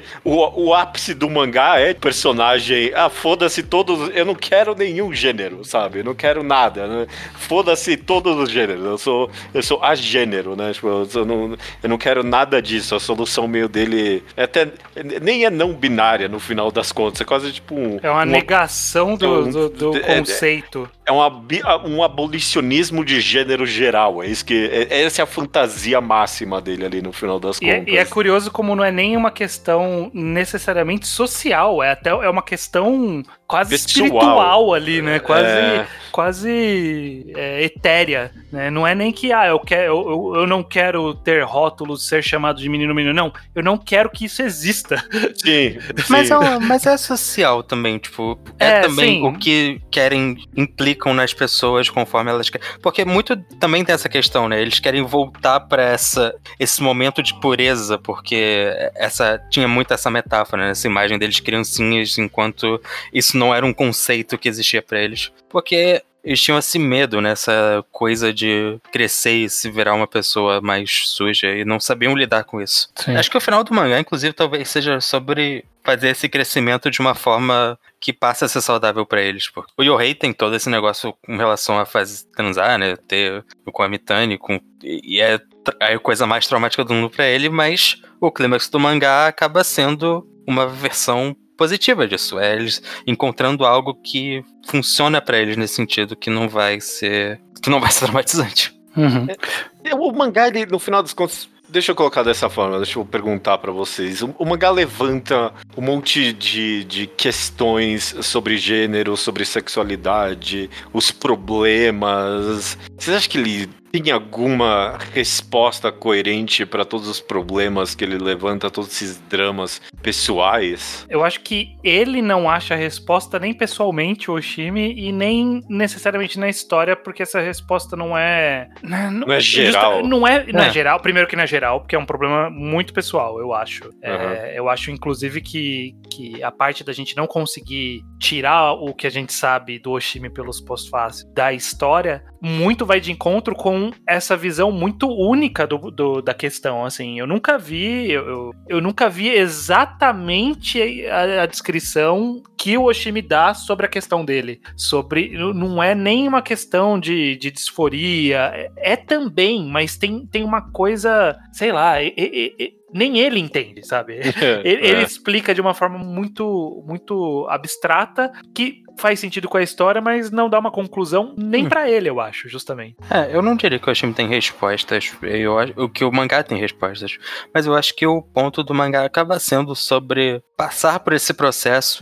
[SPEAKER 1] o, o ápice do mangá é personagem, ah, foda-se todos, eu não quero nenhum gênero, sabe? Eu não quero nada, né? Foda-se todos os gêneros, eu sou, eu sou agênero, né? Tipo, eu, sou- não, eu não quero nada disso, a solução meio dele é até, nem é não binária no final das contas, é quase tipo um...
[SPEAKER 4] É uma
[SPEAKER 1] uma-
[SPEAKER 4] negação do,
[SPEAKER 1] um-
[SPEAKER 4] do, do
[SPEAKER 1] é- é-
[SPEAKER 4] conceito.
[SPEAKER 1] É um, abi- um abolicionismo de gênero geral. É isso que. É, essa é a fantasia máxima dele ali no final das
[SPEAKER 4] E é,
[SPEAKER 1] contas.
[SPEAKER 4] e é curioso como não é nem uma questão necessariamente social, é até é uma questão quase
[SPEAKER 1] Pessoal.
[SPEAKER 4] espiritual ali, né? Quase,
[SPEAKER 1] É.
[SPEAKER 4] quase é, etérea, né? Não é nem que ah, eu, quero, eu, eu- eu não quero ter rótulos, ser chamado de menino menino, não. Eu não quero que isso exista.
[SPEAKER 1] Sim,
[SPEAKER 3] Mas
[SPEAKER 1] sim.
[SPEAKER 3] é, um- mas é social também, tipo, é,
[SPEAKER 4] É,
[SPEAKER 3] também
[SPEAKER 4] sim.
[SPEAKER 3] o que querem, implicam nas pessoas conforme elas querem. Porque muito também tem essa questão, né? Eles querem voltar pra essa, esse momento de pureza, porque essa tinha muito essa metáfora, né? Essa imagem deles criancinhas, enquanto isso não era um conceito que existia pra eles. Porque eles tinham esse medo, né? Essa coisa de crescer e se virar uma pessoa mais suja e não sabiam lidar com isso.
[SPEAKER 4] Sim.
[SPEAKER 3] Acho que o final do mangá, inclusive, talvez seja sobre fazer esse crescimento de uma forma que passe a ser saudável pra eles. Porque o Yohei tem todo esse negócio com relação a fazer transar, né? Ter com a Mitani, com, e é tra- é a coisa mais traumática do mundo pra ele, mas o clímax do mangá acaba sendo uma versão positiva disso. É eles encontrando algo que funciona pra eles nesse sentido, que não vai ser que não vai ser traumatizante.
[SPEAKER 4] Uhum.
[SPEAKER 1] O mangá, ele, no final das contas. Deixa eu colocar dessa forma, deixa eu perguntar pra vocês. O, o mangá levanta um monte de, de questões sobre gênero, sobre sexualidade, os problemas. Vocês acham que ele tem alguma resposta coerente pra todos os problemas que ele levanta, todos esses dramas pessoais?
[SPEAKER 4] Eu acho que ele não acha a resposta nem pessoalmente, o Oshimi, e nem necessariamente na história, porque essa resposta não é. Não,
[SPEAKER 1] Não é geral.
[SPEAKER 4] justa- não é, não é
[SPEAKER 3] É.
[SPEAKER 4] geral, primeiro que não é geral, porque é um problema muito pessoal, eu acho. É,
[SPEAKER 1] Uhum.
[SPEAKER 4] eu acho, inclusive, que, que a parte da gente não conseguir tirar o que a gente sabe do Oshimi pelos pós-fácil da história, muito vai de encontro com essa visão muito única do, do- da questão, assim, eu nunca vi, eu, eu, eu nunca vi exatamente a, a descrição que o Oshimi dá sobre a questão dele, sobre, não é nem uma questão de, de disforia, é, é também, mas tem, tem uma coisa, sei lá, e- e- e- nem ele entende, sabe? Ele, ele
[SPEAKER 1] É.
[SPEAKER 4] explica de uma forma muito, muito abstrata que faz sentido com a história, mas não dá uma conclusão nem
[SPEAKER 3] Hum.
[SPEAKER 4] pra ele, eu acho, justamente.
[SPEAKER 3] É, eu não diria que o Oshimi tem respostas, eu acho, o que o mangá tem respostas, mas eu acho que o ponto do mangá acaba sendo sobre passar por esse processo e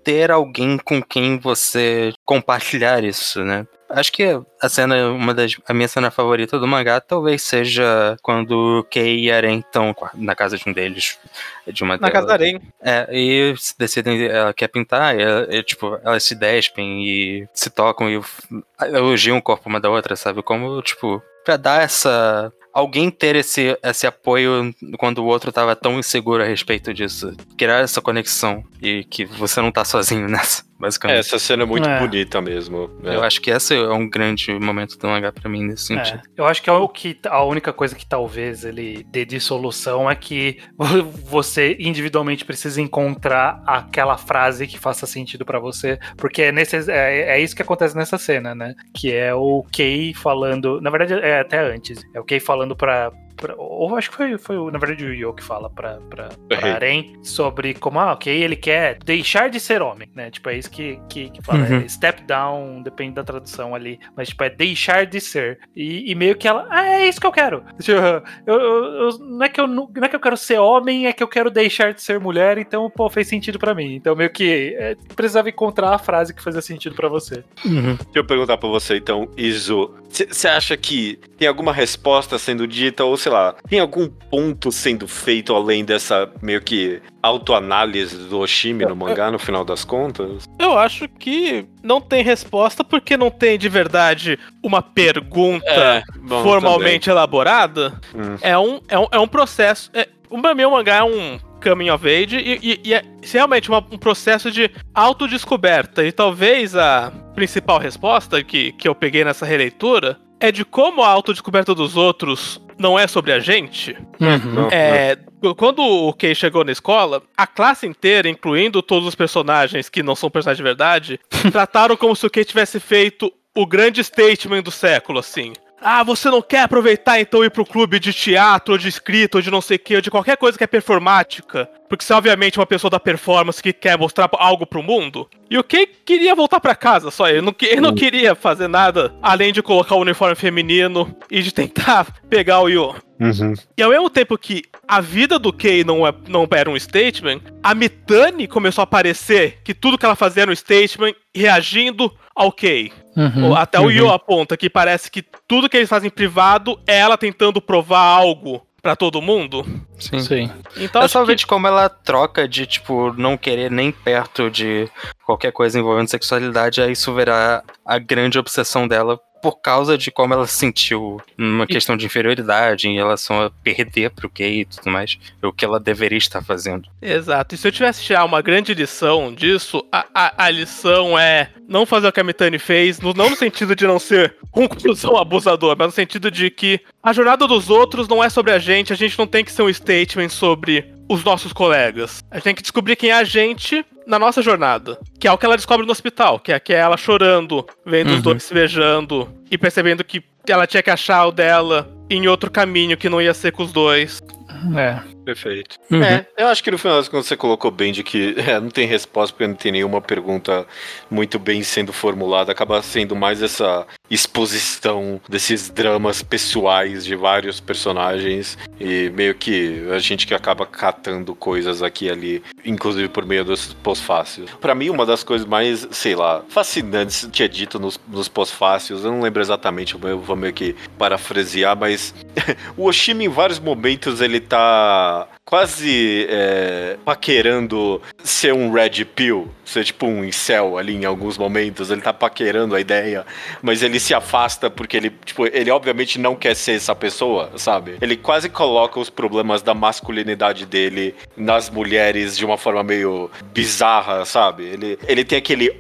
[SPEAKER 3] ter alguém com quem você compartilhar isso, né? Acho que a cena, uma das, a minha cena favorita do mangá talvez seja quando Kei e Aren estão na casa de um deles, de uma
[SPEAKER 2] Na
[SPEAKER 3] delas.
[SPEAKER 2] casa da Aren.
[SPEAKER 3] É, e decidem, ela quer pintar, e, e, tipo, elas se despem e se tocam e elogiam o corpo uma da outra, sabe? Como, tipo, pra dar essa... Alguém ter esse, esse apoio quando o outro tava tão inseguro a respeito disso. Criar essa conexão e que você não tá sozinho nessa, basicamente.
[SPEAKER 1] É, essa cena é muito
[SPEAKER 4] É.
[SPEAKER 1] bonita mesmo. É.
[SPEAKER 3] Eu acho que esse é um grande momento do mangá pra mim nesse sentido.
[SPEAKER 4] É, eu acho que, é o que a única coisa que talvez ele dê de solução é que você individualmente precisa encontrar aquela frase que faça sentido pra você, porque é, nesse, é, é isso que acontece nessa cena, né? Que é o Kei falando, na verdade é até antes, é o Kei falando pra... Pra, ou acho que foi, foi, na verdade, o Yo que fala pra, pra, pra Aren sobre como, ah, ok, ele quer deixar de ser homem, né? Tipo, é isso que, que, que fala.
[SPEAKER 3] Uhum.
[SPEAKER 4] É step down, depende da tradução ali. Mas, tipo, é deixar de ser. E, e meio que ela, ah, é isso que eu quero. Tipo, eu, eu, eu, não, é que eu, não é que eu quero ser homem, é que eu quero deixar de ser mulher, então, pô, fez sentido pra mim. Então, meio que é, precisava encontrar a frase que fazia sentido pra você.
[SPEAKER 3] Uhum.
[SPEAKER 1] Deixa eu perguntar pra você, então, Izu. Você acha que tem alguma resposta sendo dita, ou sei lá, tem algum ponto sendo feito além dessa meio que autoanálise do Oshimi no mangá, no final das contas?
[SPEAKER 2] Eu acho que não tem resposta porque não tem de verdade uma pergunta
[SPEAKER 1] É, bom,
[SPEAKER 2] formalmente elaborada.
[SPEAKER 1] Hum.
[SPEAKER 2] É, um, é, um, é um processo. É, o meu mangá é um coming of age e, e, e é realmente uma, um processo de autodescoberta. E talvez a principal resposta que, que eu peguei nessa releitura é de como a autodescoberta dos outros não é sobre a gente.
[SPEAKER 3] Uhum.
[SPEAKER 2] É, quando o Kei chegou na escola, a classe inteira, incluindo todos os personagens que não são personagens de verdade, trataram como se o Kei tivesse feito o grande statement do século, assim. Ah, você não quer aproveitar então ir pro clube de teatro, ou de escrita, ou de não sei o que, ou de qualquer coisa que é performática? Porque você é obviamente uma pessoa da performance que quer mostrar algo pro mundo. E o Kei queria voltar pra casa só, ele não, ele não queria fazer nada além de colocar o uniforme feminino e de tentar pegar o Yo.
[SPEAKER 1] Uhum.
[SPEAKER 2] E ao mesmo tempo que a vida do Kei não, é, não era um statement, a Mitani começou a parecer que tudo que ela fazia era um statement, reagindo ao Kei.
[SPEAKER 4] Uhum,
[SPEAKER 2] Até
[SPEAKER 4] uhum.
[SPEAKER 2] o Yo aponta que parece que tudo que eles fazem em privado é ela tentando provar algo pra todo mundo.
[SPEAKER 3] Sim.
[SPEAKER 4] Sim.
[SPEAKER 2] Então
[SPEAKER 3] É
[SPEAKER 2] acho
[SPEAKER 3] só ver
[SPEAKER 2] que...
[SPEAKER 3] de como ela troca de, tipo, não querer nem perto de qualquer coisa envolvendo sexualidade, aí isso verá a grande obsessão dela por causa de como ela se sentiu numa
[SPEAKER 2] E-
[SPEAKER 3] questão de inferioridade em relação a perder pro Kei e tudo mais, o que ela deveria estar fazendo.
[SPEAKER 2] Exato. E se eu tivesse que tirar uma grande lição disso, a, a, a lição é não fazer o que a Mitani fez, no- não no sentido de não ser um cuzão abusador, mas no sentido de que a jornada dos outros não é sobre a gente, a gente não tem que ser um statement sobre os nossos colegas. A gente tem que descobrir quem é a gente na nossa jornada. Que é o que ela descobre no hospital, que é, que é ela chorando, vendo os
[SPEAKER 3] Uhum.
[SPEAKER 2] dois se beijando e percebendo que ela tinha que achar o dela em outro caminho que não ia ser com os dois.
[SPEAKER 4] É.
[SPEAKER 1] Perfeito.
[SPEAKER 3] Uhum.
[SPEAKER 1] É, eu acho que no final das contas você colocou bem de que é, não tem resposta porque não tem nenhuma pergunta muito bem sendo formulada. Acaba sendo mais essa exposição desses dramas pessoais de vários personagens e meio que a gente que acaba catando coisas aqui e ali, inclusive por meio dos pós-fácios. Pra mim, uma das coisas mais, sei lá, fascinantes que é dito nos, nos pós-fácios, eu não lembro exatamente, eu vou meio que parafrasear, mas o Oshimi em vários momentos ele tá quase é, paquerando ser um red pill, ser tipo um incel ali em alguns momentos, ele tá paquerando a ideia, mas ele se afasta porque ele, tipo, ele obviamente não quer ser essa pessoa, sabe? Ele quase coloca os problemas da masculinidade dele nas mulheres de uma forma meio bizarra, sabe? Ele, ele tem aquele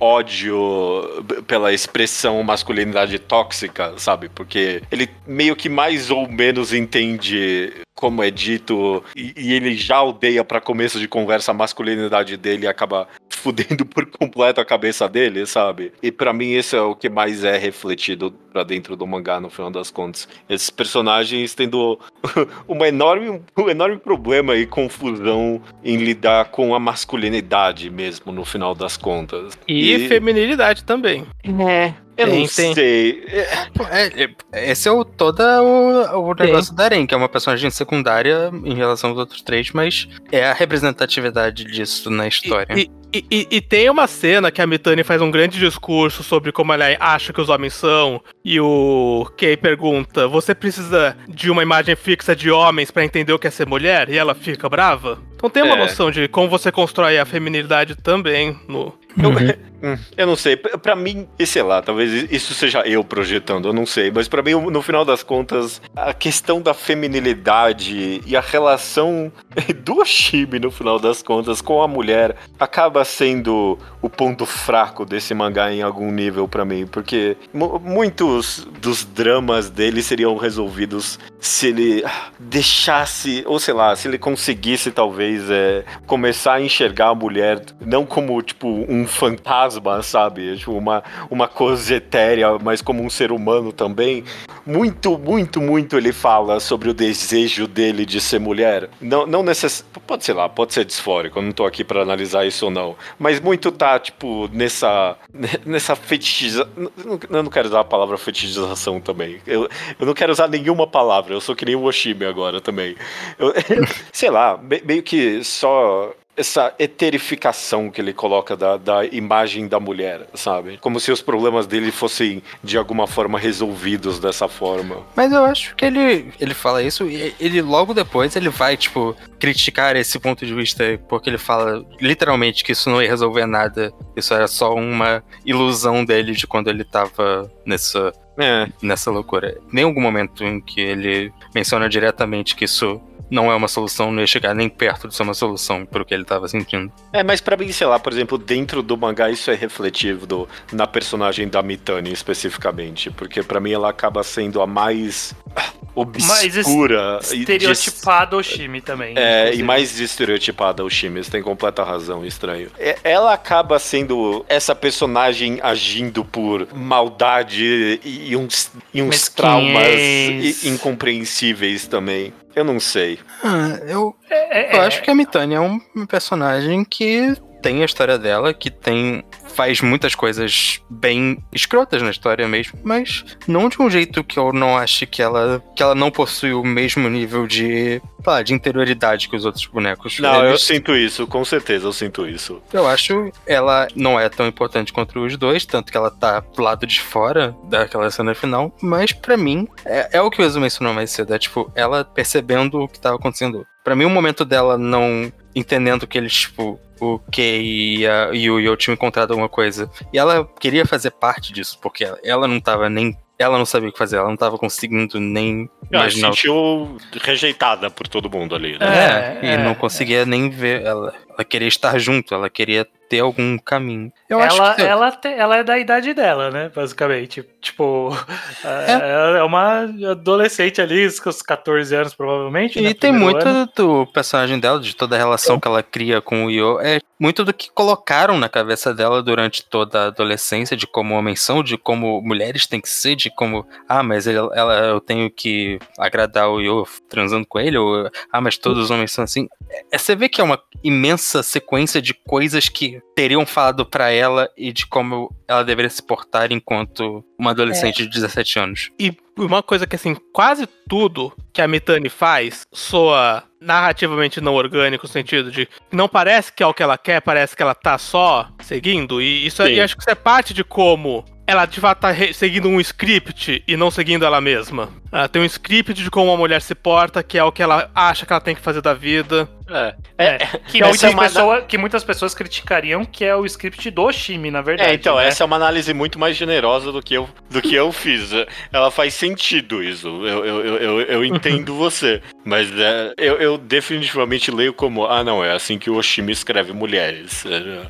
[SPEAKER 1] ódio pela expressão masculinidade tóxica, sabe? Porque ele meio que mais ou menos entende como é dito, e, e ele já odeia pra começo de conversa a masculinidade dele e acaba fudendo por completo a cabeça dele, sabe? E pra mim esse é o que mais é refletido pra dentro do mangá, no final das contas. Esses personagens tendo uma enorme, um enorme problema e confusão em lidar com a masculinidade mesmo, no final das contas.
[SPEAKER 2] E,
[SPEAKER 1] E-
[SPEAKER 2] feminilidade também.
[SPEAKER 1] É... Eu
[SPEAKER 2] Tem,
[SPEAKER 1] não
[SPEAKER 2] tem.
[SPEAKER 1] sei.
[SPEAKER 3] É, é, esse é o, todo o, o negócio da Aren, que é uma personagem secundária em relação aos outros três, mas é a representatividade disso na história.
[SPEAKER 2] E, E, e, e tem uma cena que a Mitani faz um grande discurso sobre como ela acha que os homens são, e o Kei pergunta, você precisa de uma imagem fixa de homens pra entender o que é ser mulher? E ela fica brava. Então tem uma
[SPEAKER 1] É.
[SPEAKER 2] noção de como você constrói a feminilidade também no...
[SPEAKER 1] Eu, eu não sei, pra mim, e sei lá, talvez isso seja eu projetando, eu não sei, mas pra mim, no final das contas, a questão da feminilidade e a relação do Oshimi, no final das contas, com a mulher, acaba sendo o ponto fraco desse mangá em algum nível pra mim, porque mu- muitos dos dramas dele seriam resolvidos se ele deixasse, ou sei lá, se ele conseguisse talvez é, começar a enxergar a mulher não como, tipo, um fantasma, sabe? Tipo, uma, uma coisa etérea, mas como um ser humano também. Muito, muito, muito ele fala sobre o desejo dele de ser mulher. Não, não necess... Pode ser lá, pode ser disfórico, eu não tô aqui pra analisar isso ou não. Mas muito tá, tipo, nessa... Nessa fetichização... Eu não quero usar a palavra fetichização também. Eu, eu não quero usar nenhuma palavra, eu sou que nem o Oshimi agora também. Eu, sei lá, meio que só... essa eterificação que ele coloca da, da imagem da mulher, sabe? Como se os problemas dele fossem, de alguma forma, resolvidos dessa forma.
[SPEAKER 3] Mas eu acho que ele, ele fala isso e ele logo depois ele vai, tipo, criticar esse ponto de vista, porque ele fala literalmente que isso não ia resolver nada, isso era só uma ilusão dele de quando ele tava nessa,
[SPEAKER 1] É.
[SPEAKER 3] nessa loucura. Nem algum momento em que ele menciona diretamente que isso não é uma solução, não ia chegar nem perto de ser uma solução pro que ele tava sentindo.
[SPEAKER 1] É, mas pra mim, sei lá, por exemplo, dentro do mangá isso é refletivo do, na personagem da Mitani especificamente, porque pra mim ela acaba sendo a mais obscura.
[SPEAKER 4] Mas estereotipada o Oshimi também.
[SPEAKER 1] É,
[SPEAKER 4] inclusive.
[SPEAKER 1] e mais estereotipada o Shimi, você tem completa razão, estranho. É, ela acaba sendo essa personagem agindo por maldade e, e uns, e uns
[SPEAKER 4] Mesquinhez.
[SPEAKER 1] traumas i- incompreensíveis também. Eu não sei.
[SPEAKER 3] Ah, eu,
[SPEAKER 4] É,
[SPEAKER 3] eu
[SPEAKER 4] é,
[SPEAKER 3] acho que a Mitani é um personagem que tem a história dela, que tem faz muitas coisas bem escrotas na história mesmo, mas não de um jeito que eu não ache que ela, que ela não possui o mesmo nível de, lá, de interioridade que os outros bonecos.
[SPEAKER 1] Não, eu
[SPEAKER 3] Eles-
[SPEAKER 1] sinto isso, com certeza eu sinto isso.
[SPEAKER 3] Eu acho ela não é tão importante quanto os dois, tanto que ela tá do lado de fora daquela cena final, mas pra mim, é, é o que o Ezu mencionou mais cedo, é tipo, ela percebendo o que tava acontecendo. Pra mim, o momento dela não entendendo que eles, tipo, o Kei e, a, e o Yo tinham encontrado alguma coisa, e ela queria fazer parte disso, porque ela, ela não tava nem... Ela não sabia o que fazer, ela não tava conseguindo nem
[SPEAKER 1] Ela
[SPEAKER 3] imaginar.
[SPEAKER 1] se sentiu rejeitada por todo mundo ali, né?
[SPEAKER 3] É,
[SPEAKER 4] É,
[SPEAKER 3] e
[SPEAKER 4] é,
[SPEAKER 3] não conseguia nem ver. Ela, ela queria estar junto, ela queria ter algum caminho. Eu
[SPEAKER 4] ela,
[SPEAKER 3] acho que.
[SPEAKER 4] ela, te- ela é da idade dela, né? Basicamente. Tipo, é. ela é uma adolescente ali, com os catorze anos, provavelmente.
[SPEAKER 3] E
[SPEAKER 4] né?
[SPEAKER 3] tem
[SPEAKER 4] Primeiro
[SPEAKER 3] muito
[SPEAKER 4] ano.
[SPEAKER 3] do personagem dela, de toda a relação que ela cria com o Yo, é muito do que colocaram na cabeça dela durante toda a adolescência, de como homens são, de como mulheres têm que ser, de como, ah, mas ele, ela, eu tenho que agradar o Yo transando com ele, ou, ah, mas todos os homens são assim. É, você vê que é uma imensa sequência de coisas que teriam falado pra ela e de como ela deveria se portar enquanto uma adolescente de dezessete anos.
[SPEAKER 2] E uma coisa que, assim, quase tudo que a Mitani faz soa narrativamente não orgânico, no sentido de não parece que é o que ela quer, parece que ela tá só seguindo. E isso
[SPEAKER 1] Sim.
[SPEAKER 2] e acho que isso é parte de como ela de fato tá re- seguindo um script e não seguindo ela mesma. Ela tem um script de como uma mulher se porta, que é o que ela acha que ela tem que fazer da vida.
[SPEAKER 1] É.
[SPEAKER 4] É, que,
[SPEAKER 1] essa
[SPEAKER 4] muitas
[SPEAKER 1] é uma-
[SPEAKER 4] pessoa, que muitas pessoas criticariam que é o script do Oshimi, na verdade.
[SPEAKER 1] É, então,
[SPEAKER 4] né?
[SPEAKER 1] essa é uma análise muito mais generosa do que eu, do que eu fiz. Ela faz sentido isso. Eu, eu, eu, eu, eu entendo você. Mas é, eu, eu definitivamente leio como, ah, não, é assim que o Oshimi escreve mulheres.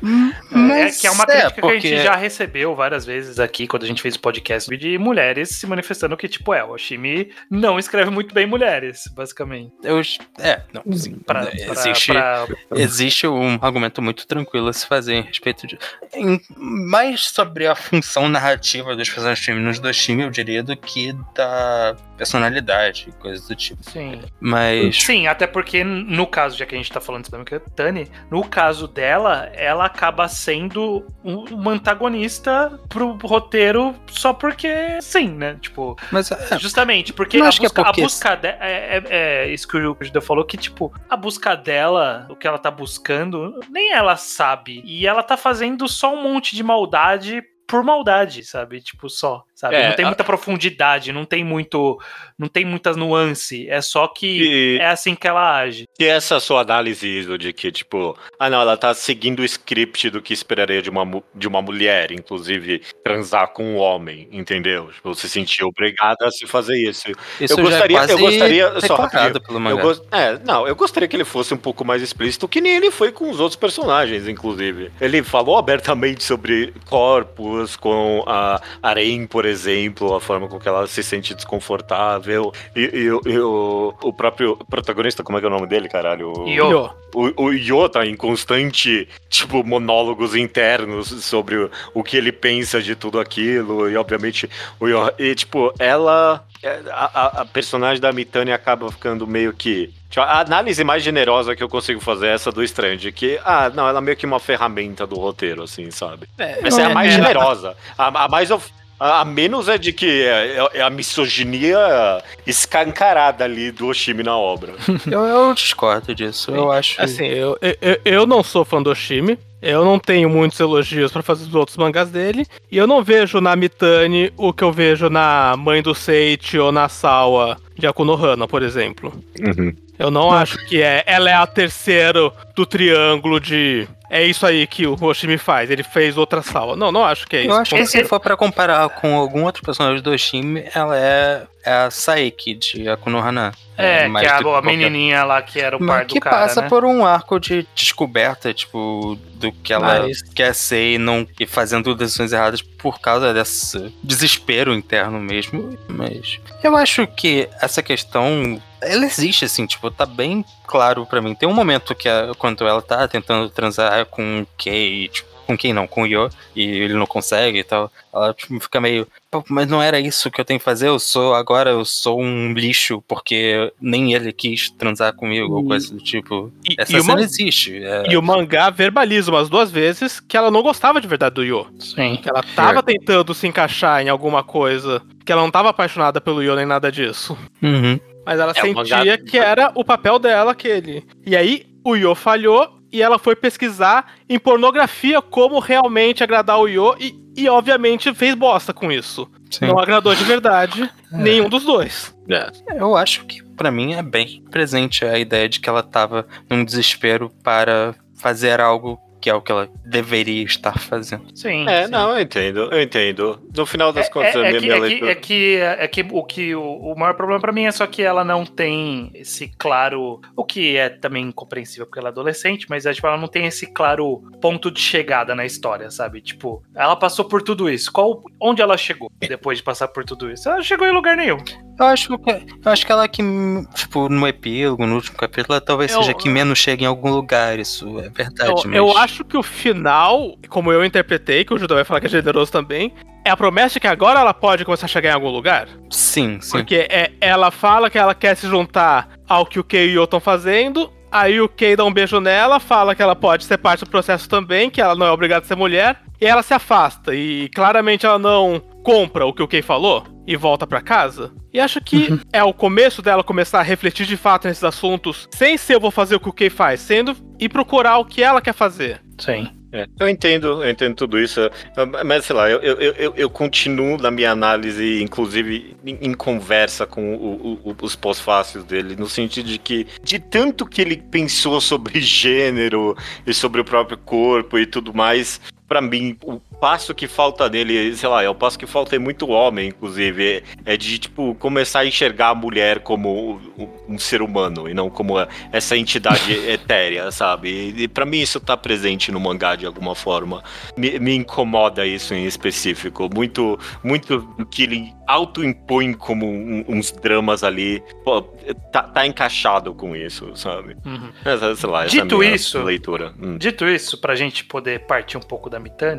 [SPEAKER 1] É,
[SPEAKER 4] É, que é uma crítica que a
[SPEAKER 3] porque-
[SPEAKER 4] gente já recebeu várias vezes aqui, quando a gente fez o podcast, de mulheres se manifestando que, tipo, é, o Oshimi não escreve muito bem mulheres, basicamente.
[SPEAKER 3] Eu, é, não, sim.
[SPEAKER 4] Pra, pra,
[SPEAKER 3] existe,
[SPEAKER 4] pra-
[SPEAKER 3] existe um argumento muito tranquilo a se fazer a respeito de. em- mais sobre a função narrativa dos personagens femininos do time, eu diria, do que da personalidade e coisas do tipo.
[SPEAKER 4] Sim.
[SPEAKER 3] Mas.
[SPEAKER 4] Sim, até porque no caso, já que a gente tá falando também com a Tani, no caso dela, ela acaba sendo um- uma antagonista pro roteiro só porque sim, né? Tipo,
[SPEAKER 3] Mas é,
[SPEAKER 4] justamente, porque
[SPEAKER 3] não
[SPEAKER 4] a
[SPEAKER 3] acho que é
[SPEAKER 4] busca,
[SPEAKER 3] porque-
[SPEAKER 4] a busca de- é, é- é isso que o Judeu falou, que tipo, a busca dela, o que ela tá buscando, nem ela sabe. E ela tá fazendo só um monte de maldade por maldade, sabe? Tipo, só, sabe?
[SPEAKER 1] É,
[SPEAKER 4] não tem
[SPEAKER 1] a...
[SPEAKER 4] muita profundidade, não tem muito, não tem muitas nuances, é só que e... é assim que ela age.
[SPEAKER 1] E essa sua análise, Iso, de que, tipo, ah não, ela tá seguindo o script do que esperaria de uma, de uma mulher, inclusive transar com um homem, entendeu? Tipo, se sentir obrigada a se fazer isso.
[SPEAKER 3] Isso
[SPEAKER 1] eu gostaria,
[SPEAKER 3] já é quase
[SPEAKER 1] eu gostaria, só
[SPEAKER 3] declarado pelo mangá.
[SPEAKER 1] eu gost... É, não, eu gostaria que ele fosse um pouco mais explícito, que nem ele foi com os outros personagens, inclusive. Ele falou abertamente sobre corpos, com a Arém, por exemplo, a forma com que ela se sente desconfortável, e, e, e o, o próprio protagonista, como é que é o nome dele, caralho? O
[SPEAKER 2] Yo.
[SPEAKER 1] O, o Yo tá em constante, tipo, monólogos internos sobre o, o que ele pensa de tudo aquilo, e obviamente o Yo, e tipo, ela, a, a personagem da Mitani acaba ficando meio que... A análise mais generosa que eu consigo fazer é essa do Strange, que, ah, não, ela é meio que uma ferramenta do roteiro, assim, sabe? É, essa é a mais é, generosa. A, a mais... Of... A menos é de que é, é a misoginia escancarada ali do Oshimi na obra.
[SPEAKER 3] eu, eu discordo disso, eu acho...
[SPEAKER 2] Assim, eu, eu, eu não sou fã do Oshimi, eu não tenho muitos elogios pra fazer os outros mangás dele, e eu não vejo na Mitani o que eu vejo na Mãe do Seiichi ou na Sawa de Akunohana, por exemplo.
[SPEAKER 1] Uhum.
[SPEAKER 2] Eu não acho que é, ela é a terceira do triângulo de... É isso aí que o Oshimi faz, ele fez outra Sawa. Não, não acho que é isso.
[SPEAKER 3] Eu acho que se for pra comparar com algum outro personagem do Oshimi, ela é, é a Saeki de Akunohana.
[SPEAKER 4] É, é que é a, a menininha lá que era o par do
[SPEAKER 3] que
[SPEAKER 4] cara,
[SPEAKER 3] passa
[SPEAKER 4] né?
[SPEAKER 3] por um arco de descoberta, tipo, do que ela Mas... quer ser e não e fazendo decisões erradas por causa desse desespero interno mesmo. Mas eu acho que essa questão... Ela existe, assim, tipo, tá bem claro pra mim. Tem um momento que, a, quando ela tá tentando transar com o Kei, tipo, com quem não, com o Yo, e ele não consegue e tal, ela tipo, fica meio, mas não era isso que eu tenho que fazer, eu sou, agora eu sou um lixo, porque nem ele quis transar comigo, ou coisa do tipo.
[SPEAKER 2] E,
[SPEAKER 3] Essa
[SPEAKER 2] e
[SPEAKER 3] cena
[SPEAKER 2] man...
[SPEAKER 3] existe. É...
[SPEAKER 2] E o mangá verbaliza umas duas vezes que ela não gostava de verdade do Yo.
[SPEAKER 4] Sim.
[SPEAKER 2] Que ela tava é. tentando se encaixar em alguma coisa, que ela não tava apaixonada pelo Yo nem nada disso.
[SPEAKER 3] Uhum.
[SPEAKER 2] Mas ela
[SPEAKER 1] é,
[SPEAKER 2] sentia
[SPEAKER 1] mangá...
[SPEAKER 2] que era o papel dela aquele. E aí, o Yo falhou e ela foi pesquisar em pornografia como realmente agradar o Yo e, e obviamente, fez bosta com isso. Sim. Não agradou de verdade é. nenhum dos dois.
[SPEAKER 3] É. Eu acho que, pra mim, é bem presente a ideia de que ela tava num desespero para fazer algo que é o que ela deveria estar fazendo.
[SPEAKER 4] Sim.
[SPEAKER 1] É,
[SPEAKER 4] sim.
[SPEAKER 1] não, eu entendo, eu entendo. No final das
[SPEAKER 4] é,
[SPEAKER 1] contas,
[SPEAKER 4] é,
[SPEAKER 1] a
[SPEAKER 4] é,
[SPEAKER 1] minha,
[SPEAKER 4] que,
[SPEAKER 1] minha
[SPEAKER 4] é,
[SPEAKER 1] leitura...
[SPEAKER 4] que, é que é que o que o, o maior problema pra mim é só que ela não tem esse claro, o que é também incompreensível porque ela é adolescente, mas é, tipo, ela não tem esse claro ponto de chegada na história, sabe? Tipo, ela passou por tudo isso. Qual, onde ela chegou depois de passar por tudo isso? Ela chegou em lugar nenhum.
[SPEAKER 3] Eu acho que, eu acho que ela que, tipo, no epílogo, no último capítulo, ela talvez eu, seja que menos chega em algum lugar, isso é verdade.
[SPEAKER 2] Eu,
[SPEAKER 3] mas...
[SPEAKER 2] eu acho que o final, como eu interpretei, que o Judeu vai falar que é generoso também, é a promessa de que agora ela pode começar a chegar em algum lugar.
[SPEAKER 3] Sim, sim.
[SPEAKER 2] Porque é, ela fala que ela quer se juntar ao que o Kei e o Yo estão fazendo, aí o Kei dá um beijo nela, fala que ela pode ser parte do processo também, que ela não é obrigada a ser mulher, e ela se afasta, e claramente ela não compra o que o Kei falou e volta pra casa. E acho que uhum. é o começo dela começar a refletir de fato nesses assuntos, sem ser eu vou fazer o que o Kei faz, sendo e procurar o que ela quer fazer.
[SPEAKER 4] Sim.
[SPEAKER 1] É, eu entendo, eu entendo tudo isso, mas sei lá, eu, eu, eu, eu continuo na minha análise, inclusive em, em conversa com o, o, os pós-fácios dele, no sentido de que, de tanto que ele pensou sobre gênero e sobre o próprio corpo e tudo mais, pra mim, o passo que falta nele, sei lá, é o passo que falta em muito homem, inclusive, é de, tipo, começar a enxergar a mulher como um ser humano e não como essa entidade etérea, sabe? E, e pra mim isso tá presente no mangá de alguma forma. Me, me incomoda isso em específico. Muito, muito do que ele auto-impõe como um, uns dramas ali, pô, tá, tá encaixado com isso, sabe? Uhum. Essa, sei lá, essa
[SPEAKER 4] dito
[SPEAKER 1] é a minha
[SPEAKER 4] isso,
[SPEAKER 1] leitura. Hum.
[SPEAKER 4] Dito isso, pra gente poder partir um pouco da Mitani,
[SPEAKER 1] uhum.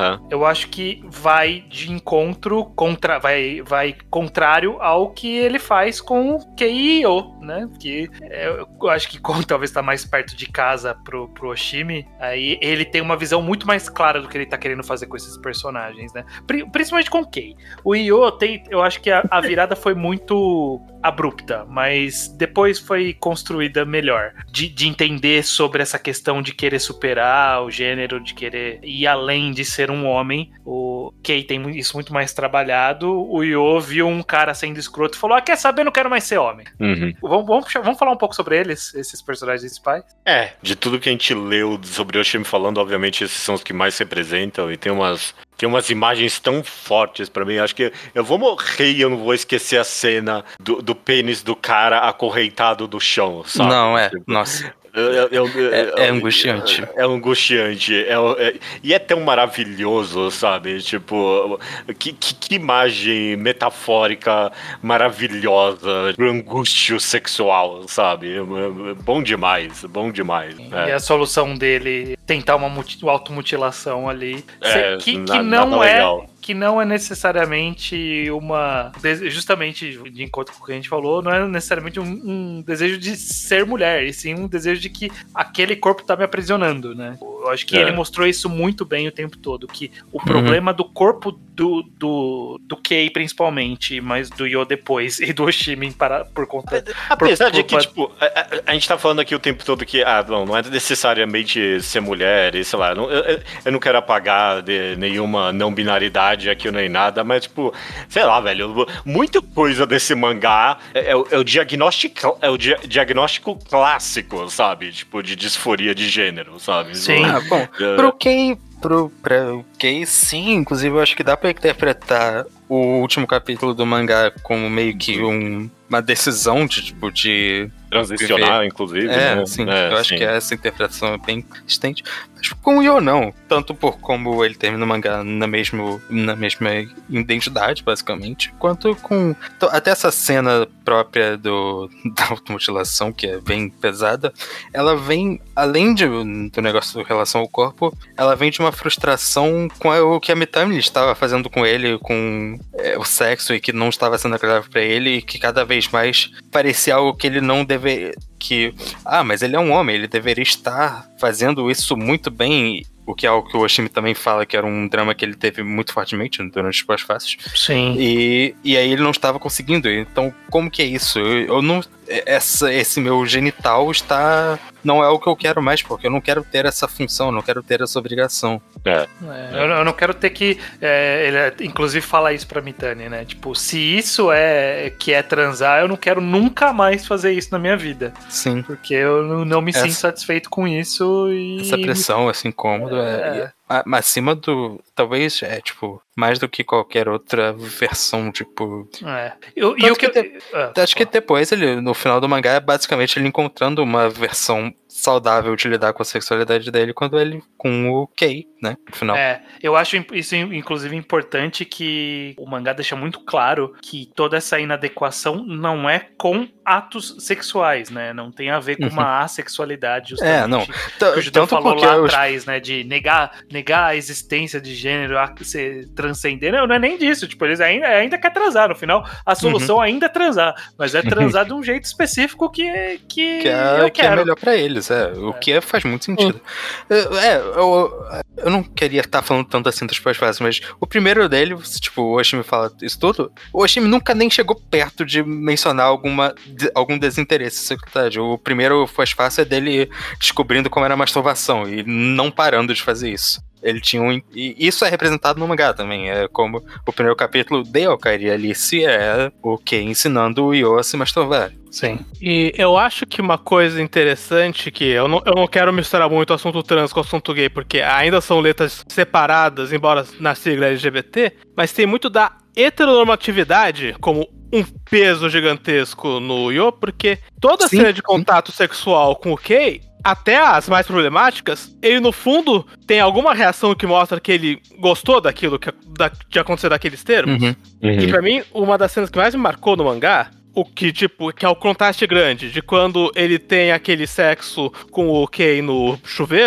[SPEAKER 1] Uhum.
[SPEAKER 4] Eu acho que vai de encontro, contra, vai, vai contrário ao que ele faz com o Kei e Io, né? Que é, eu acho que como talvez tá mais perto de casa pro, pro Oshimi, aí ele tem uma visão muito mais clara do que ele tá querendo fazer com esses personagens, né? Principalmente com o Kei. O Io tem, eu acho que a, a virada foi muito abrupta, mas depois foi construída melhor. De, de entender sobre essa questão de querer superar o gênero, de querer ir além de ser um homem. O Kei tem isso muito mais trabalhado. O Io viu um cara sendo escroto e falou: ah, quer saber? Não quero mais ser homem.
[SPEAKER 1] Uhum.
[SPEAKER 4] Vamos, vamos, vamos falar um pouco sobre eles, esses personagens principais?
[SPEAKER 1] É, de tudo que a gente leu sobre o Oshimi falando, obviamente esses são os que mais se representam e tem umas... Tem umas imagens tão fortes pra mim. Acho que eu vou morrer e eu não vou esquecer a cena do, do pênis do cara acorrentado do chão, sabe?
[SPEAKER 3] Não, é.
[SPEAKER 1] Tipo,
[SPEAKER 3] Nossa.
[SPEAKER 1] Eu, eu, eu,
[SPEAKER 3] é, é angustiante.
[SPEAKER 1] É, é angustiante. É, é, e é tão maravilhoso, sabe? Tipo, que, que, que imagem metafórica maravilhosa, angústio sexual, sabe? Bom demais, bom demais.
[SPEAKER 4] É. E a solução dele tentar uma automutilação ali.
[SPEAKER 1] É,
[SPEAKER 4] que,
[SPEAKER 1] na,
[SPEAKER 4] que não é.
[SPEAKER 1] Legal.
[SPEAKER 4] Que não é necessariamente uma... Justamente, de encontro com o que a gente falou, não é necessariamente um, um desejo de ser mulher, e sim um desejo de que aquele corpo tá me aprisionando, né? Eu acho que é. ele mostrou isso muito bem o tempo todo, que o uhum. problema do corpo do, do, do Kei, principalmente, mas do Io depois, e do Oshimi para, por conta...
[SPEAKER 1] Apesar
[SPEAKER 4] por,
[SPEAKER 1] de
[SPEAKER 4] por,
[SPEAKER 1] que, por... tipo, a, a, a gente tá falando aqui o tempo todo que, ah, não, não é necessariamente ser mulher, e sei lá, não, eu, eu não quero apagar de nenhuma não binaridade aqui nem nada, mas tipo, sei lá, velho, muita coisa desse mangá é, é, o, é o diagnóstico é o dia, diagnóstico clássico, sabe? Tipo, de disforia de gênero, sabe?
[SPEAKER 3] Sim. Ah, bom, é... pro Kei, pro, pro Kei, sim, inclusive eu acho que dá pra interpretar o último capítulo do mangá como meio que um, uma decisão de, tipo, de
[SPEAKER 1] transicionar, inclusive.
[SPEAKER 3] É,
[SPEAKER 1] né?
[SPEAKER 3] sim,
[SPEAKER 1] é,
[SPEAKER 3] eu acho
[SPEAKER 1] sim.
[SPEAKER 3] que essa interpretação é bem existente. Mas com o Io não, tanto por como ele termina o mangá na, mesmo, na mesma identidade, basicamente, quanto com até essa cena própria do, da automutilação, que é bem pesada, ela vem, além de, do negócio em relação ao corpo, ela vem de uma frustração com o que a Mitami estava fazendo com ele, com é, o sexo, e que não estava sendo agradável pra ele, e que cada vez mais parecia algo que ele não deveria, que, ah, mas ele é um homem, ele deveria estar fazendo isso muito bem, o que é algo que o Oshimi também fala que era um drama que ele teve muito fortemente durante os pós-fácios.
[SPEAKER 4] Sim.
[SPEAKER 3] E, e aí ele não estava conseguindo, então como que é isso? Eu, eu não... Essa, esse meu genital está... Não é o que eu quero mais, porque eu não quero ter essa função, eu não quero ter essa obrigação.
[SPEAKER 1] É.
[SPEAKER 4] É, eu, eu não quero ter que... É, ele inclusive fala isso pra Mitani, né? Tipo, se isso é que é transar, eu não quero nunca mais fazer isso na minha vida.
[SPEAKER 3] Sim.
[SPEAKER 4] Porque eu não, não me
[SPEAKER 3] essa,
[SPEAKER 4] sinto satisfeito com isso e...
[SPEAKER 3] Essa pressão, esse incômodo é... é... Mas acima do... Talvez, é, tipo... Mais do que qualquer outra versão, tipo...
[SPEAKER 4] É. Eu, e o que...
[SPEAKER 3] que de... ah, acho que depois, ele, no final do mangá, é basicamente ele encontrando uma versão saudável de lidar com a sexualidade dele quando ele... Com o Kei, né? No final.
[SPEAKER 4] É. Eu acho isso, inclusive, importante que o mangá deixa muito claro que toda essa inadequação não é com atos sexuais, né? Não tem a ver com uma uhum. assexualidade, justamente.
[SPEAKER 3] É, não.
[SPEAKER 4] Que o Judeu falou lá eu... atrás, né? De negar, negar a existência de gênero, a ser transcender. Não, não é nem disso. Tipo, eles ainda, ainda querem transar. No final, a solução uhum. ainda é transar. Mas é transar de um jeito específico que, que,
[SPEAKER 3] que, é,
[SPEAKER 4] eu
[SPEAKER 3] que
[SPEAKER 4] quero.
[SPEAKER 3] é melhor pra eles, é. O é. que é, faz muito sentido. Uhum. É, eu, eu não queria estar falando tanto assim dos pós-fácios, mas o primeiro dele, tipo, o Oshimi fala isso tudo, o Oshimi nunca nem chegou perto de mencionar alguma, de, algum desinteresse em sexualidade. O primeiro pós-fácil é dele descobrindo como era a masturbação e não parando de fazer isso. Ele tinha um... E isso é representado no mangá também. É como o primeiro capítulo de Alkairi e Alice é o Kei ensinando o Io a se masturbar.
[SPEAKER 2] Sim. E eu acho que uma coisa interessante que eu não, eu não quero misturar muito o assunto trans com o assunto gay, porque ainda são letras separadas, embora na sigla L G B T, mas tem muito da heteronormatividade como um peso gigantesco no Io, porque toda
[SPEAKER 3] sim,
[SPEAKER 2] cena de contato sim. sexual com o Kei, até as mais problemáticas, ele no fundo tem alguma reação que mostra que ele gostou daquilo que da, de acontecer daqueles termos.
[SPEAKER 3] Uhum,
[SPEAKER 2] uhum. E pra mim, uma das cenas que mais me marcou no mangá, o que, tipo, que é o contraste grande de quando ele tem aquele sexo com o Kei no chuveiro,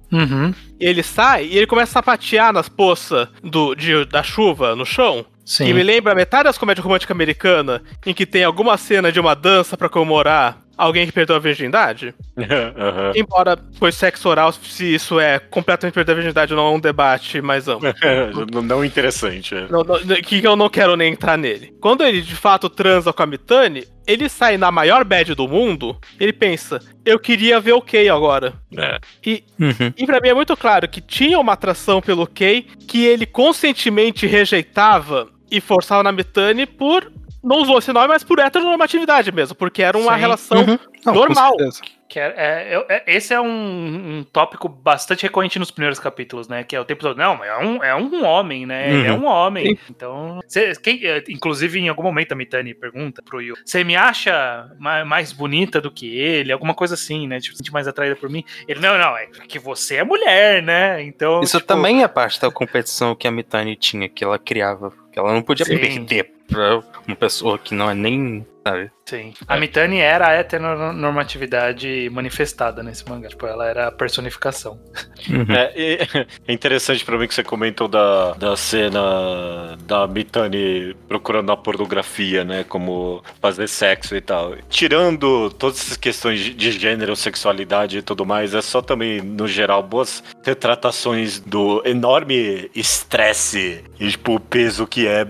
[SPEAKER 4] Uhum.
[SPEAKER 2] E ele sai e ele começa a sapatear nas poças do, de, da chuva no chão.
[SPEAKER 4] Sim.
[SPEAKER 2] E me lembra metade das comédias românticas americanas, em que tem alguma cena de uma dança pra comemorar alguém que perdeu a virgindade.
[SPEAKER 1] Uhum.
[SPEAKER 2] Embora foi sexo oral, se isso é completamente perder a virgindade, não é um debate mais amplo.
[SPEAKER 1] não, não interessante. É.
[SPEAKER 2] Não, não, que eu não quero nem entrar nele. Quando ele de fato transa com a Mitani, ele sai na maior bad do mundo, ele pensa, eu queria ver o Kay agora.
[SPEAKER 1] É.
[SPEAKER 2] E,
[SPEAKER 3] Uhum.
[SPEAKER 2] e pra mim é muito claro que tinha uma atração pelo Kay que ele conscientemente rejeitava e forçava na Mitani por... Não usou esse nome, mas por heteronormatividade mesmo, porque era uma
[SPEAKER 4] Sim.
[SPEAKER 2] relação
[SPEAKER 3] Uhum. Não, com
[SPEAKER 2] normal.
[SPEAKER 3] certeza.
[SPEAKER 4] Que é, é- é- esse é um, um tópico bastante recorrente nos primeiros capítulos, né? Que é o tempo todo, não, é um, é um homem, né? Ele é
[SPEAKER 3] Uhum.
[SPEAKER 4] um homem. Então, cê- quem, é, inclusive, em algum momento a Mitani pergunta pro Yu, você me acha ma- mais bonita do que ele? Alguma coisa assim, né? Tipo, se sente mais atraída por mim. Ele, não, não, é que você é mulher, né? Então,
[SPEAKER 3] Isso
[SPEAKER 4] tipo,
[SPEAKER 3] também é parte da competição que a Mitani tinha, que ela criava. Que ela não podia
[SPEAKER 4] Sim.
[SPEAKER 3] perder pra uma pessoa que não é nem, sabe?
[SPEAKER 4] Sim. A Mitani era a heteronormatividade manifestada nesse mangá. Tipo, ela era a personificação.
[SPEAKER 3] Uhum.
[SPEAKER 1] É, e- é interessante pra mim que você comentou da, da cena da Mitani procurando a pornografia, né? Como fazer sexo e tal. Tirando todas essas questões de, de gênero, sexualidade e tudo mais, é só também, no geral, boas retratações do enorme estresse e, tipo, o peso que é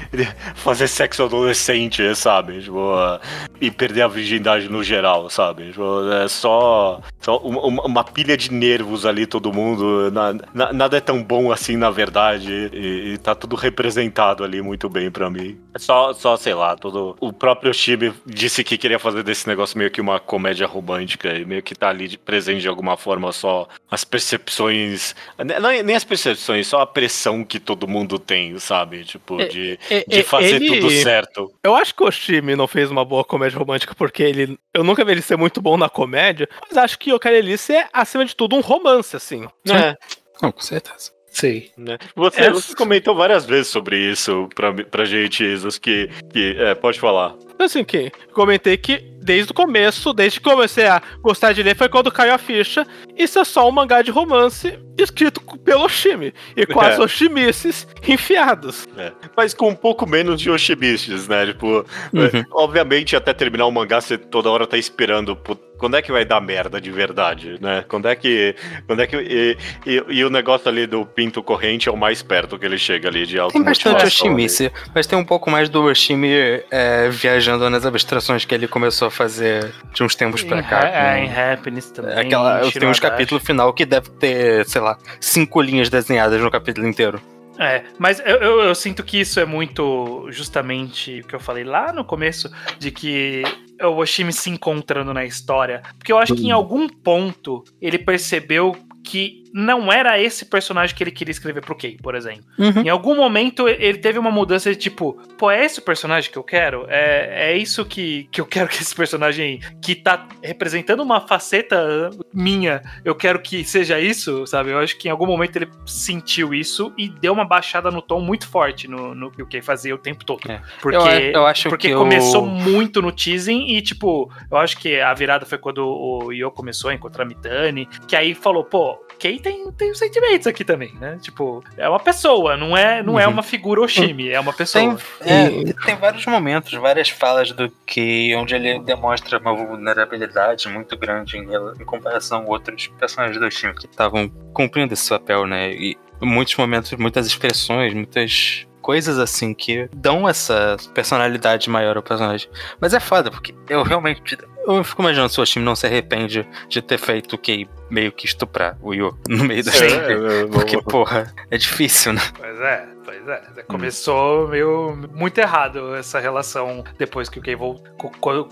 [SPEAKER 1] fazer sexo adolescente, sabe? Tipo, e perder a virgindade no geral, sabe? Tipo, é só, só uma, uma pilha de nervos ali, todo mundo. Na, na, nada é tão bom assim, na verdade. E, e tá tudo representado ali muito bem pra mim. É só, só, sei lá, todo. O próprio Chibi disse que queria fazer desse negócio meio que uma comédia romântica. E meio que tá ali de- presente de alguma forma só as percepções. Não, é nem as percepções, só a pressão que todo mundo tem, sabe? Tipo,
[SPEAKER 2] É,
[SPEAKER 1] de,
[SPEAKER 2] é,
[SPEAKER 1] de
[SPEAKER 2] é,
[SPEAKER 1] fazer
[SPEAKER 2] ele-
[SPEAKER 1] tudo certo.
[SPEAKER 2] Eu acho que o Oshimi não fez uma boa comédia romântica porque ele. Eu nunca vi ele ser muito bom na comédia, mas acho que o Karelice é, acima de tudo, um romance, assim.
[SPEAKER 1] É.
[SPEAKER 3] Não, com certeza.
[SPEAKER 4] Sim.
[SPEAKER 1] Né? Você,
[SPEAKER 2] É.
[SPEAKER 1] você comentou várias vezes sobre isso pra, pra gente, Isos, que, que é, pode falar.
[SPEAKER 2] Assim, que comentei que desde o começo, desde que comecei a gostar de ler, foi quando caiu a ficha. Isso é só um mangá de romance escrito pelo Oshimi. E com as
[SPEAKER 1] É.
[SPEAKER 2] Oshimices enfiadas.
[SPEAKER 1] É. Mas com um pouco menos de Oshibiches, né? Tipo,
[SPEAKER 3] Uhum.
[SPEAKER 1] é, obviamente, até terminar o mangá, você toda hora tá esperando. Pô, quando é que vai dar merda de verdade, né? Quando é que. Quando é que e, e, e o negócio ali do pinto corrente é o mais perto que ele chega ali de
[SPEAKER 3] Tem bastante
[SPEAKER 1] automotivação ali.
[SPEAKER 3] Oshimice, mas tem um pouco mais do Oshimi é, viajando nas abstrações que ele começou a fazer de uns tempos pra
[SPEAKER 4] Em
[SPEAKER 3] cá.
[SPEAKER 4] ha- é,
[SPEAKER 3] com-
[SPEAKER 4] em Happiness também.
[SPEAKER 3] Aquela,
[SPEAKER 4] em
[SPEAKER 3] tem uns
[SPEAKER 4] Shiro
[SPEAKER 3] capítulos final que deve ter, sei lá, cinco linhas desenhadas no capítulo inteiro.
[SPEAKER 4] É, mas eu, eu, eu sinto que isso é muito justamente o que eu falei lá no começo, de que é o Oshimi se encontrando na história. Porque eu acho que em algum ponto ele percebeu que não era esse personagem que ele queria escrever pro Kay, por exemplo.
[SPEAKER 3] Uhum.
[SPEAKER 4] Em algum momento ele teve uma mudança de tipo, pô, é esse o personagem que eu quero? É, é isso que, que eu quero que esse personagem que tá representando uma faceta minha, eu quero que seja isso, sabe? Eu acho que em algum momento ele sentiu isso e deu uma baixada no tom muito forte no, no que o Kay fazia o tempo todo.
[SPEAKER 3] É.
[SPEAKER 4] Porque,
[SPEAKER 3] Eu, eu acho
[SPEAKER 4] porque
[SPEAKER 3] que
[SPEAKER 4] começou
[SPEAKER 3] o...
[SPEAKER 4] muito no teasing e, tipo, eu acho que a virada foi quando o Yo começou a encontrar a Mitani, que aí falou, pô, Kay tem, tem os sentimentos aqui também, né? Tipo, é uma pessoa, não é, não é
[SPEAKER 3] Uhum.
[SPEAKER 4] uma figura Oshimi, é uma pessoa.
[SPEAKER 3] Tem, é, tem vários momentos, várias falas do que onde ele demonstra uma vulnerabilidade muito grande em, rela- em comparação a outros personagens do time que estavam cumprindo esse papel, né? E muitos momentos, muitas expressões, muitas coisas assim que dão essa personalidade maior ao personagem. Mas é foda, porque eu realmente. Eu fico imaginando se o Oshimi não se arrepende de ter feito o Kay meio que estuprar o Yo no meio da
[SPEAKER 1] Sim.
[SPEAKER 3] história. Porque, porra, é difícil, né?
[SPEAKER 4] Pois é, pois é. Começou meio muito errado essa relação depois que o Kay voltou.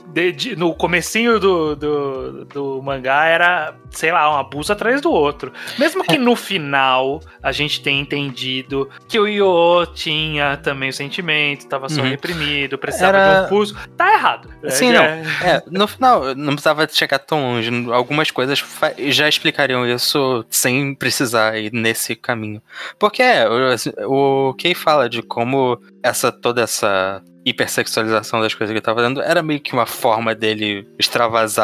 [SPEAKER 4] No comecinho do, do, do mangá era, sei lá, um abuso atrás do outro. Mesmo que no final a gente tenha entendido que o Yo tinha também o sentimento, tava só
[SPEAKER 3] Uhum.
[SPEAKER 4] reprimido, precisava
[SPEAKER 3] Era-
[SPEAKER 4] de um curso. Tá errado.
[SPEAKER 3] Sim,
[SPEAKER 4] É,
[SPEAKER 3] não.
[SPEAKER 4] é-
[SPEAKER 3] É, no final, não precisava chegar tão longe. Algumas coisas fa- já explicariam isso sem precisar ir nesse caminho. Porque é, o, o Kay fala de como essa, toda essa hipersexualização das coisas que ele tava fazendo era meio que uma forma dele extravasar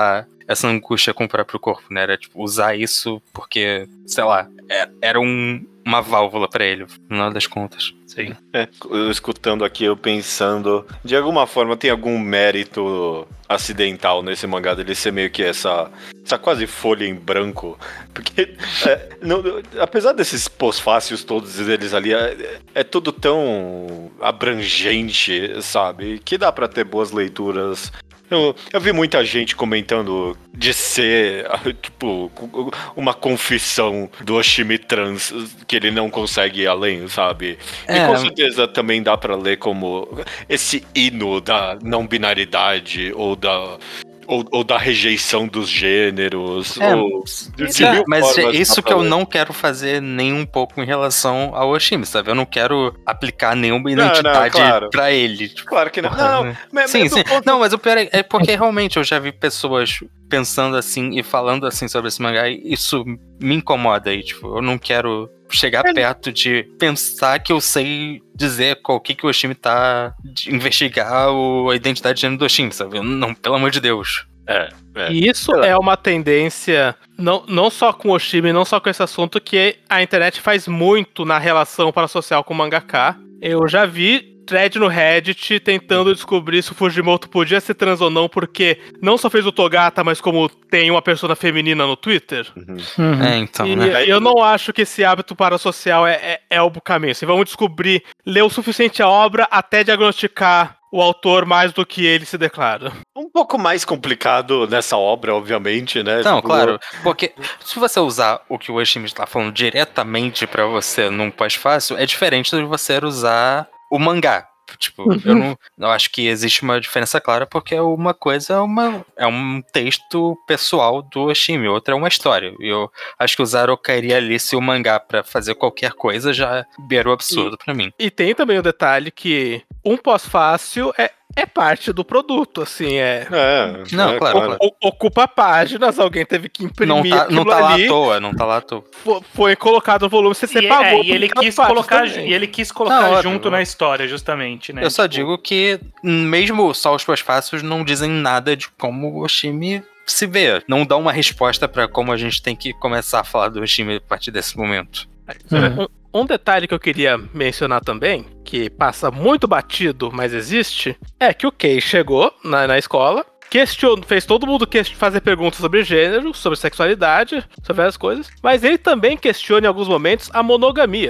[SPEAKER 3] essa angústia com o próprio corpo, né? Era tipo, usar isso porque, sei lá, era um, uma válvula pra ele, no final das contas.
[SPEAKER 4] Sim.
[SPEAKER 1] É, eu escutando aqui, eu pensando, de alguma forma tem algum mérito acidental nesse mangá dele ser meio que essa, essa quase folha em branco, porque é, não, apesar desses pós-fácios todos eles ali, é, é tudo tão abrangente, sabe, que dá pra ter boas leituras. Eu, eu vi muita gente comentando de ser, tipo, uma confissão do Oshimi trans, que ele não consegue ir além, sabe?
[SPEAKER 3] É.
[SPEAKER 1] E com certeza também dá pra ler como esse hino da não-binaridade ou da... Ou, ou da rejeição dos gêneros.
[SPEAKER 3] É,
[SPEAKER 1] ou de, de
[SPEAKER 3] é,
[SPEAKER 1] mil
[SPEAKER 3] mas
[SPEAKER 1] formas
[SPEAKER 3] é isso
[SPEAKER 1] dá
[SPEAKER 3] que
[SPEAKER 1] pra
[SPEAKER 3] eu
[SPEAKER 1] ler.
[SPEAKER 3] não quero fazer nem um pouco em relação ao Oshimi, sabe? Eu não quero aplicar nenhuma identidade
[SPEAKER 1] não, claro.
[SPEAKER 3] pra ele. Tipo,
[SPEAKER 1] Claro que não.
[SPEAKER 3] porra,
[SPEAKER 1] Não,
[SPEAKER 3] né?
[SPEAKER 1] mas-
[SPEAKER 3] sim,
[SPEAKER 1] mas
[SPEAKER 3] sim.
[SPEAKER 1] do ponto-
[SPEAKER 3] Não, mas o pior é, é porque realmente eu já vi pessoas pensando assim e falando assim sobre esse mangá e isso me incomoda aí, tipo, eu não quero chegar
[SPEAKER 1] É.
[SPEAKER 3] perto de pensar que eu sei dizer qual que, que o Oshimi tá de investigar o, a identidade de gênero do Oshimi, sabe? Eu não, pelo amor de Deus.
[SPEAKER 1] É, é.
[SPEAKER 2] E isso
[SPEAKER 1] Sei lá.
[SPEAKER 2] é uma tendência, não, não só com o Oshimi, não só com esse assunto, que a internet faz muito na relação parasocial com o mangaka. Eu já vi thread no Reddit tentando descobrir se o Fujimoto podia ser trans ou não, porque não só fez o Togata, mas como tem uma persona feminina no Twitter.
[SPEAKER 1] Uhum.
[SPEAKER 3] É, então,
[SPEAKER 2] E
[SPEAKER 3] né?
[SPEAKER 2] eu não acho que esse hábito parasocial é, é, é o caminho. Assim, vamos descobrir, ler o suficiente a obra até diagnosticar o autor mais do que ele se declara.
[SPEAKER 1] Um pouco mais complicado nessa obra, obviamente, né?
[SPEAKER 3] Não,
[SPEAKER 1] Tipo,
[SPEAKER 3] claro, porque se você usar o que o Oshimi está falando diretamente pra você num pós-fácil, é diferente de você usar o mangá. Tipo, eu não eu acho que existe uma diferença clara, porque uma coisa é, uma, é um texto pessoal do Oshimi, outra é uma história. E eu acho que usar o Kairi Alice e o mangá pra fazer qualquer coisa já beira o absurdo pra mim.
[SPEAKER 2] E tem também o detalhe que um pós-fácil é, é parte do produto, assim, é...
[SPEAKER 1] É,
[SPEAKER 3] Não,
[SPEAKER 1] é,
[SPEAKER 3] claro, claro.
[SPEAKER 2] O- ocupa páginas, alguém teve que imprimir
[SPEAKER 3] Não tá, não
[SPEAKER 2] aquilo
[SPEAKER 3] tá lá
[SPEAKER 2] ali,
[SPEAKER 3] à toa, não tá lá à toa.
[SPEAKER 2] fo- foi colocado no volume, você
[SPEAKER 4] E,
[SPEAKER 2] separou.
[SPEAKER 4] é, e ele
[SPEAKER 2] por
[SPEAKER 4] quis
[SPEAKER 2] partes
[SPEAKER 4] colocar,
[SPEAKER 2] também.
[SPEAKER 4] e ele quis colocar
[SPEAKER 3] Não,
[SPEAKER 4] junto
[SPEAKER 3] óbvio.
[SPEAKER 4] na história, justamente, né?
[SPEAKER 3] Eu só
[SPEAKER 4] Tipo,
[SPEAKER 3] digo que mesmo só os pós-fácios não dizem nada de como o Oshimi se vê. Não dá uma resposta pra como a gente tem que começar a falar do Oshimi a partir desse momento.
[SPEAKER 2] Um, um detalhe que eu queria mencionar também, que passa muito batido, mas existe, é que o Kei chegou na, na escola, questionou, fez todo mundo que- fazer perguntas sobre gênero, sobre sexualidade, sobre várias coisas, mas ele também questiona em alguns momentos a monogamia.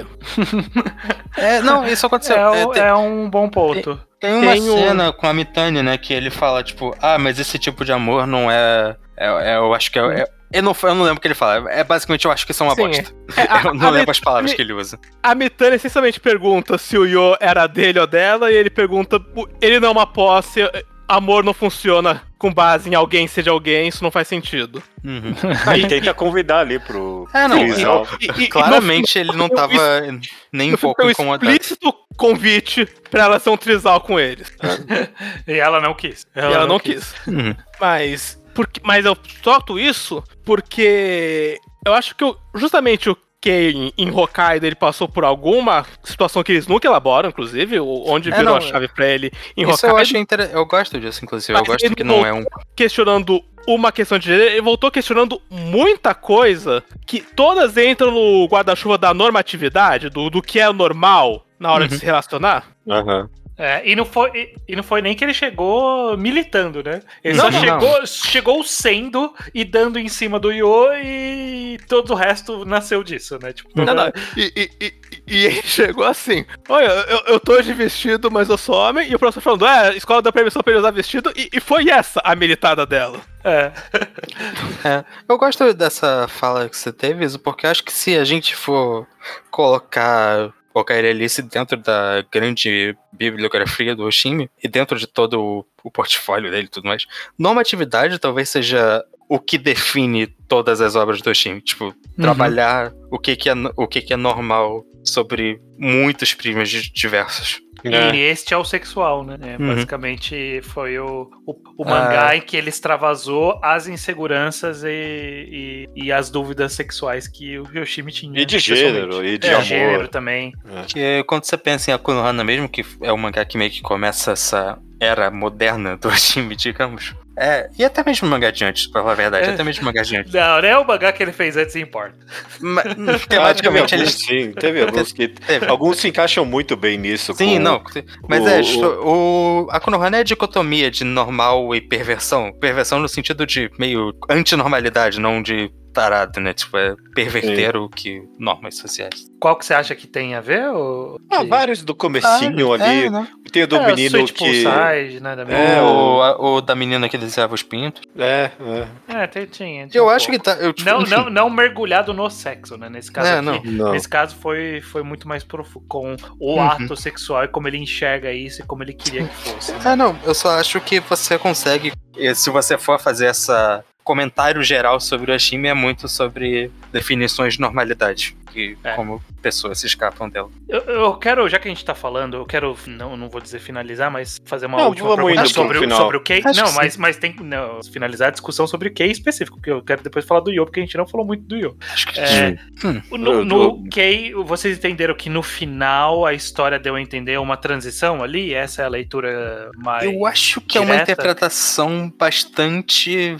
[SPEAKER 3] É, não, isso aconteceu.
[SPEAKER 4] é,
[SPEAKER 3] É,
[SPEAKER 4] o-
[SPEAKER 3] tem,
[SPEAKER 4] é um bom ponto.
[SPEAKER 3] tem uma
[SPEAKER 2] tem o-
[SPEAKER 3] cena com a Mitani, né, que ele fala, tipo, ah, mas esse tipo de amor não é... é- é- eu acho que é... é eu, não, eu não lembro o que ele fala. É basicamente, eu acho que isso é uma
[SPEAKER 2] Sim,
[SPEAKER 3] bosta.
[SPEAKER 2] É, a-
[SPEAKER 3] Eu não
[SPEAKER 2] a
[SPEAKER 3] lembro as palavras
[SPEAKER 2] Mi-
[SPEAKER 3] que ele usa.
[SPEAKER 2] A Mitani essencialmente pergunta se o Yo era dele ou dela, e ele pergunta, ele não é uma posse, amor não funciona com base em alguém ser de alguém, isso não faz sentido.
[SPEAKER 3] Uhum.
[SPEAKER 1] Aí tenta convidar ali pro
[SPEAKER 3] É, não,
[SPEAKER 1] trisal.
[SPEAKER 2] E- e- e
[SPEAKER 3] Claramente ele não
[SPEAKER 2] no-
[SPEAKER 3] tava nem um
[SPEAKER 2] no-
[SPEAKER 3] pouco
[SPEAKER 2] foi um
[SPEAKER 3] incomodado.
[SPEAKER 2] explícito convite pra ela ser um trisal com eles.
[SPEAKER 4] E ela não quis.
[SPEAKER 2] e ela não quis.
[SPEAKER 3] Uhum.
[SPEAKER 2] Mas, porque, mas eu solto isso porque eu acho que eu- justamente o Kei em, em Hokkaido ele passou por alguma situação que eles nunca elaboram, inclusive, o- onde
[SPEAKER 3] É,
[SPEAKER 2] virou
[SPEAKER 3] não,
[SPEAKER 2] a chave pra ele em
[SPEAKER 3] Isso
[SPEAKER 2] Hokkaido,
[SPEAKER 3] eu acho inter... Eu gosto disso, inclusive. Eu
[SPEAKER 2] Mas
[SPEAKER 3] gosto
[SPEAKER 2] ele
[SPEAKER 3] que não é um...
[SPEAKER 2] questionando uma questão de gênero, ele voltou questionando muita coisa que todas entram no guarda-chuva da normatividade, do, do que é normal na hora de
[SPEAKER 3] Uhum.
[SPEAKER 2] se relacionar.
[SPEAKER 1] Aham.
[SPEAKER 4] É, e, não foi, e, e não foi nem que ele chegou militando, né? Ele
[SPEAKER 3] Não,
[SPEAKER 4] só
[SPEAKER 3] não,
[SPEAKER 4] chegou, chegou sendo e dando em cima do Yo e todo o resto nasceu disso, né? Tipo,
[SPEAKER 2] Não, não, E, e, e, e ele chegou assim: olha, eu, eu tô de vestido, mas eu sou homem. E o professor falando: é, a escola deu permissão pra ele usar vestido. E, e foi essa a militada dela.
[SPEAKER 4] é.
[SPEAKER 3] É, eu gosto dessa fala que você teve, Iso, porque acho que se a gente for colocar o Kairi Alice dentro da grande bibliografia do Oshimi e dentro de todo o, o portfólio dele e tudo mais, normatividade talvez seja o que define todas as obras do Oshimi. Tipo, trabalhar o que, que, é, o que, que é normal sobre muitos prismas di- diversos.
[SPEAKER 1] É.
[SPEAKER 4] E este é o sexual, né? É,
[SPEAKER 3] Uhum.
[SPEAKER 4] basicamente foi o, o, o mangá
[SPEAKER 3] Ah.
[SPEAKER 4] em que ele extravasou as inseguranças e, e, e as dúvidas sexuais que o Yoshimi tinha.
[SPEAKER 1] E de
[SPEAKER 4] pessoalmente.
[SPEAKER 1] gênero, e de
[SPEAKER 4] É,
[SPEAKER 1] amor.
[SPEAKER 4] gênero também.
[SPEAKER 3] Que quando você pensa em Akunohana mesmo, que é o mangá que meio que começa essa era moderna do Oshimi, digamos, É, e até mesmo mangá de antes, pra falar a verdade,
[SPEAKER 4] É.
[SPEAKER 3] até mesmo mangá de antes.
[SPEAKER 4] Não, não é o mangá que ele fez antes, importa.
[SPEAKER 3] Mas,
[SPEAKER 1] Ah,
[SPEAKER 3] tematicamente
[SPEAKER 1] teve
[SPEAKER 3] eles.
[SPEAKER 1] alguns, sim, teve alguns que.
[SPEAKER 3] Teve.
[SPEAKER 1] Alguns se encaixam muito bem nisso.
[SPEAKER 3] Sim,
[SPEAKER 1] com
[SPEAKER 3] não. Mas
[SPEAKER 1] o-
[SPEAKER 3] é, justo, o, a Konohana é a dicotomia de normal e perversão. Perversão no sentido de meio antinormalidade, não de tarado, né? Tipo, é perverter o que normas sociais.
[SPEAKER 4] Qual que você acha que tem a ver? Ou
[SPEAKER 1] Ah,
[SPEAKER 4] que...
[SPEAKER 1] vários do comecinho
[SPEAKER 3] Ah,
[SPEAKER 1] ali.
[SPEAKER 3] é, não.
[SPEAKER 1] Tem o do
[SPEAKER 4] é,
[SPEAKER 1] menino
[SPEAKER 4] Sweet
[SPEAKER 1] que.
[SPEAKER 4] Poolside, né? Da
[SPEAKER 1] É,
[SPEAKER 3] o, a- o da menina que desenhava os pintos.
[SPEAKER 1] É, é.
[SPEAKER 4] É, tem- tinha. tinha
[SPEAKER 3] Eu
[SPEAKER 4] um
[SPEAKER 3] acho
[SPEAKER 4] pouco.
[SPEAKER 3] que tá. Eu, tipo,
[SPEAKER 4] Não,
[SPEAKER 3] enfim.
[SPEAKER 4] não, não mergulhado no sexo, né? Nesse caso
[SPEAKER 3] É,
[SPEAKER 4] aqui.
[SPEAKER 3] não.
[SPEAKER 1] Não.
[SPEAKER 4] Nesse caso foi, foi muito mais profundo. Com o
[SPEAKER 3] Uhum.
[SPEAKER 4] ato sexual e como ele enxerga isso e como ele queria que fosse. né?
[SPEAKER 3] É, não, eu só acho que você consegue. e Se você for fazer essa comentário geral sobre o Hashimi, é muito sobre definições de normalidade. E
[SPEAKER 4] É.
[SPEAKER 3] como pessoas se escapam dela.
[SPEAKER 4] Eu, eu quero, já que a gente tá falando, eu quero, não, não vou dizer finalizar, mas fazer uma
[SPEAKER 1] Não,
[SPEAKER 4] última
[SPEAKER 1] vamos
[SPEAKER 4] pergunta
[SPEAKER 1] indo pro
[SPEAKER 4] sobre, o-
[SPEAKER 1] final.
[SPEAKER 4] sobre o Kei.
[SPEAKER 3] Acho
[SPEAKER 4] Não,
[SPEAKER 3] que
[SPEAKER 4] mas, mas tem não, finalizar a discussão sobre o Kei específico, porque eu quero depois falar do Yo, porque a gente não falou muito do Yo.
[SPEAKER 3] Acho que.
[SPEAKER 4] É,
[SPEAKER 3] Hum.
[SPEAKER 4] no
[SPEAKER 1] Eu-
[SPEAKER 4] no
[SPEAKER 1] eu-
[SPEAKER 4] Kei, vocês entenderam que no final a história deu a entender uma transição ali? Essa é a leitura mais.
[SPEAKER 3] Eu acho que é uma
[SPEAKER 4] direta?
[SPEAKER 3] interpretação bastante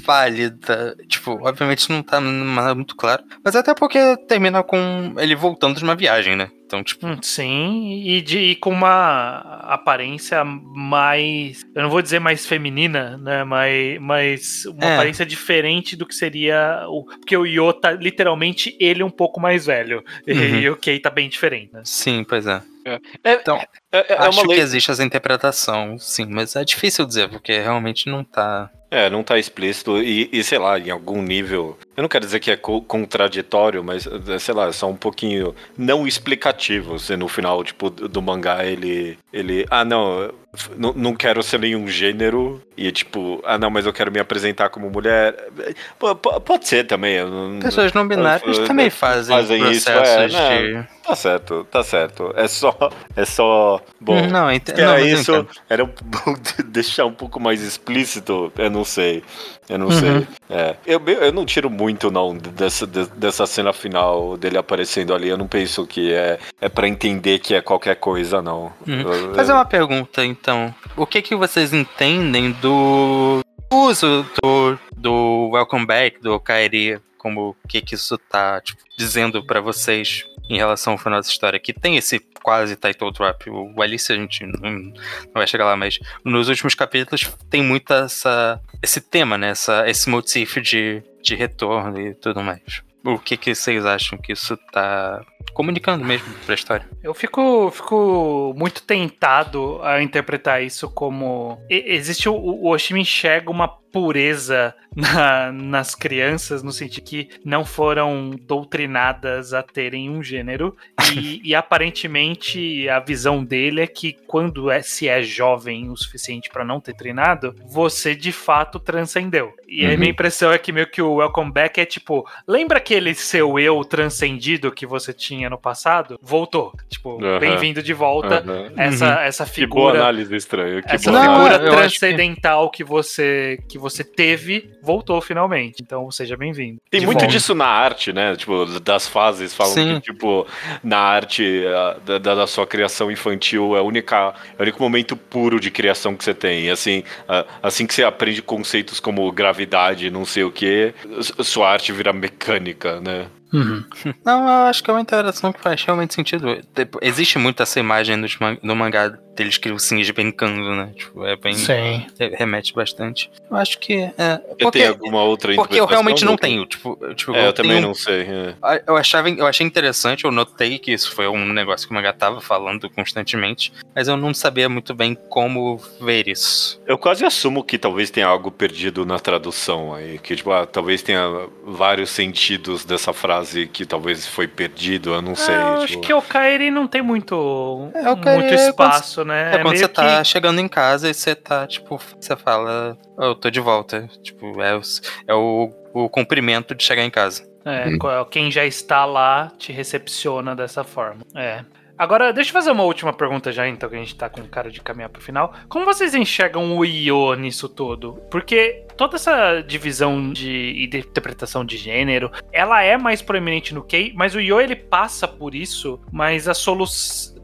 [SPEAKER 3] válida. Tipo, obviamente não tá nada muito claro. Mas até porque termina com ele voltando de uma viagem, né? Então, tipo.
[SPEAKER 4] Hum, Sim, e, de, e com uma aparência mais. Eu não vou dizer mais feminina, né? Mas, mas uma
[SPEAKER 3] É.
[SPEAKER 4] aparência diferente do que seria. O, porque o Yo tá literalmente ele um pouco mais velho.
[SPEAKER 3] Uhum.
[SPEAKER 4] E o Kei tá bem diferente, né?
[SPEAKER 3] Sim, pois é.
[SPEAKER 1] É,
[SPEAKER 3] Então,
[SPEAKER 1] é, é
[SPEAKER 3] acho
[SPEAKER 1] uma
[SPEAKER 3] que
[SPEAKER 1] lei.
[SPEAKER 3] existe essa interpretação, sim, mas é difícil dizer, porque realmente não tá.
[SPEAKER 1] É, não tá explícito e, e, sei lá, em algum nível. Eu não quero dizer que é co- contraditório, mas, é, sei lá, é só um pouquinho não explicativo. Se no final, tipo, do do mangá ele. ele ah, não, f- não, não quero ser nenhum gênero. E tipo, ah, não, mas eu quero me apresentar como mulher. P- p- pode ser também. eu não-
[SPEAKER 3] Pessoas não binárias
[SPEAKER 1] eu-
[SPEAKER 3] também
[SPEAKER 1] eu-
[SPEAKER 3] fazem,
[SPEAKER 1] fazem isso,
[SPEAKER 3] processos
[SPEAKER 1] é,
[SPEAKER 3] de.
[SPEAKER 1] Tá certo, tá certo. É só. É só. Bom.
[SPEAKER 3] não, ent...
[SPEAKER 1] Que
[SPEAKER 3] não,
[SPEAKER 1] era
[SPEAKER 3] mas eu
[SPEAKER 1] isso,
[SPEAKER 3] entendo.
[SPEAKER 1] era um, deixar um pouco mais explícito, eu não sei, eu não
[SPEAKER 3] Uhum.
[SPEAKER 1] sei. É, eu, eu não tiro muito não dessa, de- dessa cena final dele aparecendo ali, eu não penso que é, é pra entender que é qualquer coisa, não.
[SPEAKER 3] Uhum.
[SPEAKER 1] Eu-
[SPEAKER 3] Fazer uma pergunta, então. O que que vocês entendem do uso do, do Welcome Back, do Kairi, como o que que isso tá tipo, dizendo pra vocês em relação ao final dessa história? Que tem esse quase title drop. O Alice a gente não, não vai chegar lá, mas nos últimos capítulos tem muito essa, esse tema, né? Essa, esse motif de, de retorno e tudo mais. O que que vocês acham que isso tá comunicando mesmo pra história?
[SPEAKER 4] Eu fico, fico muito tentado a interpretar isso como. e- Existe o, o Oshimi enxerga uma pureza na- nas crianças, no sentido que não foram doutrinadas a terem um gênero. E, e aparentemente a visão dele é que quando é, se é jovem o suficiente pra não ter treinado, você de fato transcendeu. E a
[SPEAKER 3] Uhum.
[SPEAKER 4] minha impressão é que meio que o Welcome Back é tipo, lembra aquele seu eu transcendido que você tinha no passado? Voltou. Tipo,
[SPEAKER 1] Aham.
[SPEAKER 4] bem-vindo de volta.
[SPEAKER 1] Aham.
[SPEAKER 4] Essa, essa
[SPEAKER 1] Que boa
[SPEAKER 4] figura.
[SPEAKER 1] análise estranha, que
[SPEAKER 4] Essa
[SPEAKER 1] boa
[SPEAKER 3] Não,
[SPEAKER 4] figura
[SPEAKER 1] análise.
[SPEAKER 3] eu acho que-
[SPEAKER 4] transcendental que... você que você teve voltou finalmente. Então seja bem-vindo.
[SPEAKER 1] Tem
[SPEAKER 4] De
[SPEAKER 1] muito
[SPEAKER 4] volta.
[SPEAKER 1] disso na arte, né? Tipo, das fases, falam
[SPEAKER 3] Sim.
[SPEAKER 1] que, tipo, na arte a- da, da sua criação infantil é, a única, é o único momento puro de criação que você tem. E assim, a- assim que você aprende conceitos como gravidade, não sei o que, sua arte vira mecânica, né?
[SPEAKER 4] Uhum.
[SPEAKER 3] Não, eu acho que é uma interação que faz realmente sentido. Tipo, existe muito essa imagem no, no mangá deles que o Shinji brincando, né? Tipo, é bem.
[SPEAKER 4] Sim.
[SPEAKER 3] Remete bastante. Eu acho que. É,
[SPEAKER 1] Você
[SPEAKER 3] porque,
[SPEAKER 1] tem alguma outra
[SPEAKER 3] porque eu realmente não
[SPEAKER 1] Lucas?
[SPEAKER 3] tenho. Tipo, eu, tipo,
[SPEAKER 1] É, eu também
[SPEAKER 3] tenho-
[SPEAKER 1] não sei. é.
[SPEAKER 3] Eu, achava, eu achei interessante, eu notei que isso foi um negócio que o mangá tava falando constantemente, mas eu não sabia muito bem como ver isso.
[SPEAKER 1] Eu quase assumo que talvez tenha algo perdido na tradução aí, que tipo, ah, talvez tenha vários sentidos dessa frase que talvez foi perdido, eu não sei.
[SPEAKER 4] Ah, eu
[SPEAKER 1] tipo.
[SPEAKER 4] acho que o Kairi não tem muito,
[SPEAKER 3] É, o Kairi
[SPEAKER 4] muito
[SPEAKER 3] é
[SPEAKER 4] espaço, né?
[SPEAKER 3] É, quando
[SPEAKER 4] meio
[SPEAKER 3] você tá
[SPEAKER 4] que-
[SPEAKER 3] chegando em casa e você tá, tipo, você fala, "Oh, eu tô de volta. Tipo, é, o- é o, o cumprimento de chegar em casa.
[SPEAKER 4] É, co- quem já está lá te recepciona dessa forma. É. Agora, deixa eu fazer uma última pergunta já, então, que a gente tá com cara de caminhar pro final. Como vocês enxergam o Yo nisso tudo? Porque toda essa divisão de interpretação de gênero, ela é mais proeminente no Kei, mas o Yo, ele passa por isso, mas a solução...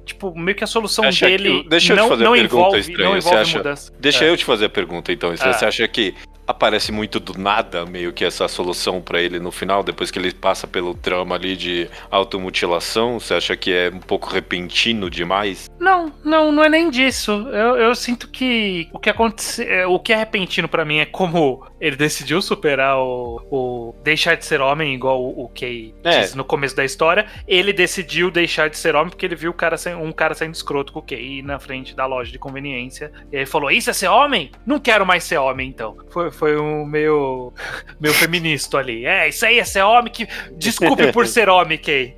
[SPEAKER 4] tipo, meio que a solução
[SPEAKER 1] Acha
[SPEAKER 4] dele
[SPEAKER 1] que... Deixa eu
[SPEAKER 4] não,
[SPEAKER 1] te fazer
[SPEAKER 4] não
[SPEAKER 1] a pergunta
[SPEAKER 4] envolve,
[SPEAKER 1] estranha.
[SPEAKER 4] não
[SPEAKER 1] Você
[SPEAKER 4] envolve
[SPEAKER 1] acha...
[SPEAKER 4] mudança.
[SPEAKER 1] Deixa
[SPEAKER 4] É.
[SPEAKER 1] eu te fazer a pergunta, então. Você
[SPEAKER 4] Ah.
[SPEAKER 1] acha que aparece muito do nada, meio que essa solução pra ele no final, depois que ele passa pelo trama ali de automutilação? Você acha que é um pouco repentino demais?
[SPEAKER 4] Não, não, não é nem disso. Eu, eu sinto que o que acontece, o que é repentino pra mim é como ele decidiu superar o, o deixar de ser homem, igual o, o Kay
[SPEAKER 1] É.
[SPEAKER 4] disse no começo da história. Ele decidiu deixar de ser homem porque ele viu o cara, um cara sendo escroto com o Kay na frente da loja de conveniência. E ele falou: isso é ser homem? Não quero mais ser homem, então. Foi, foi um meio, meio feminista ali. É, isso aí é ser homem que... Desculpe por ser homem, Kay.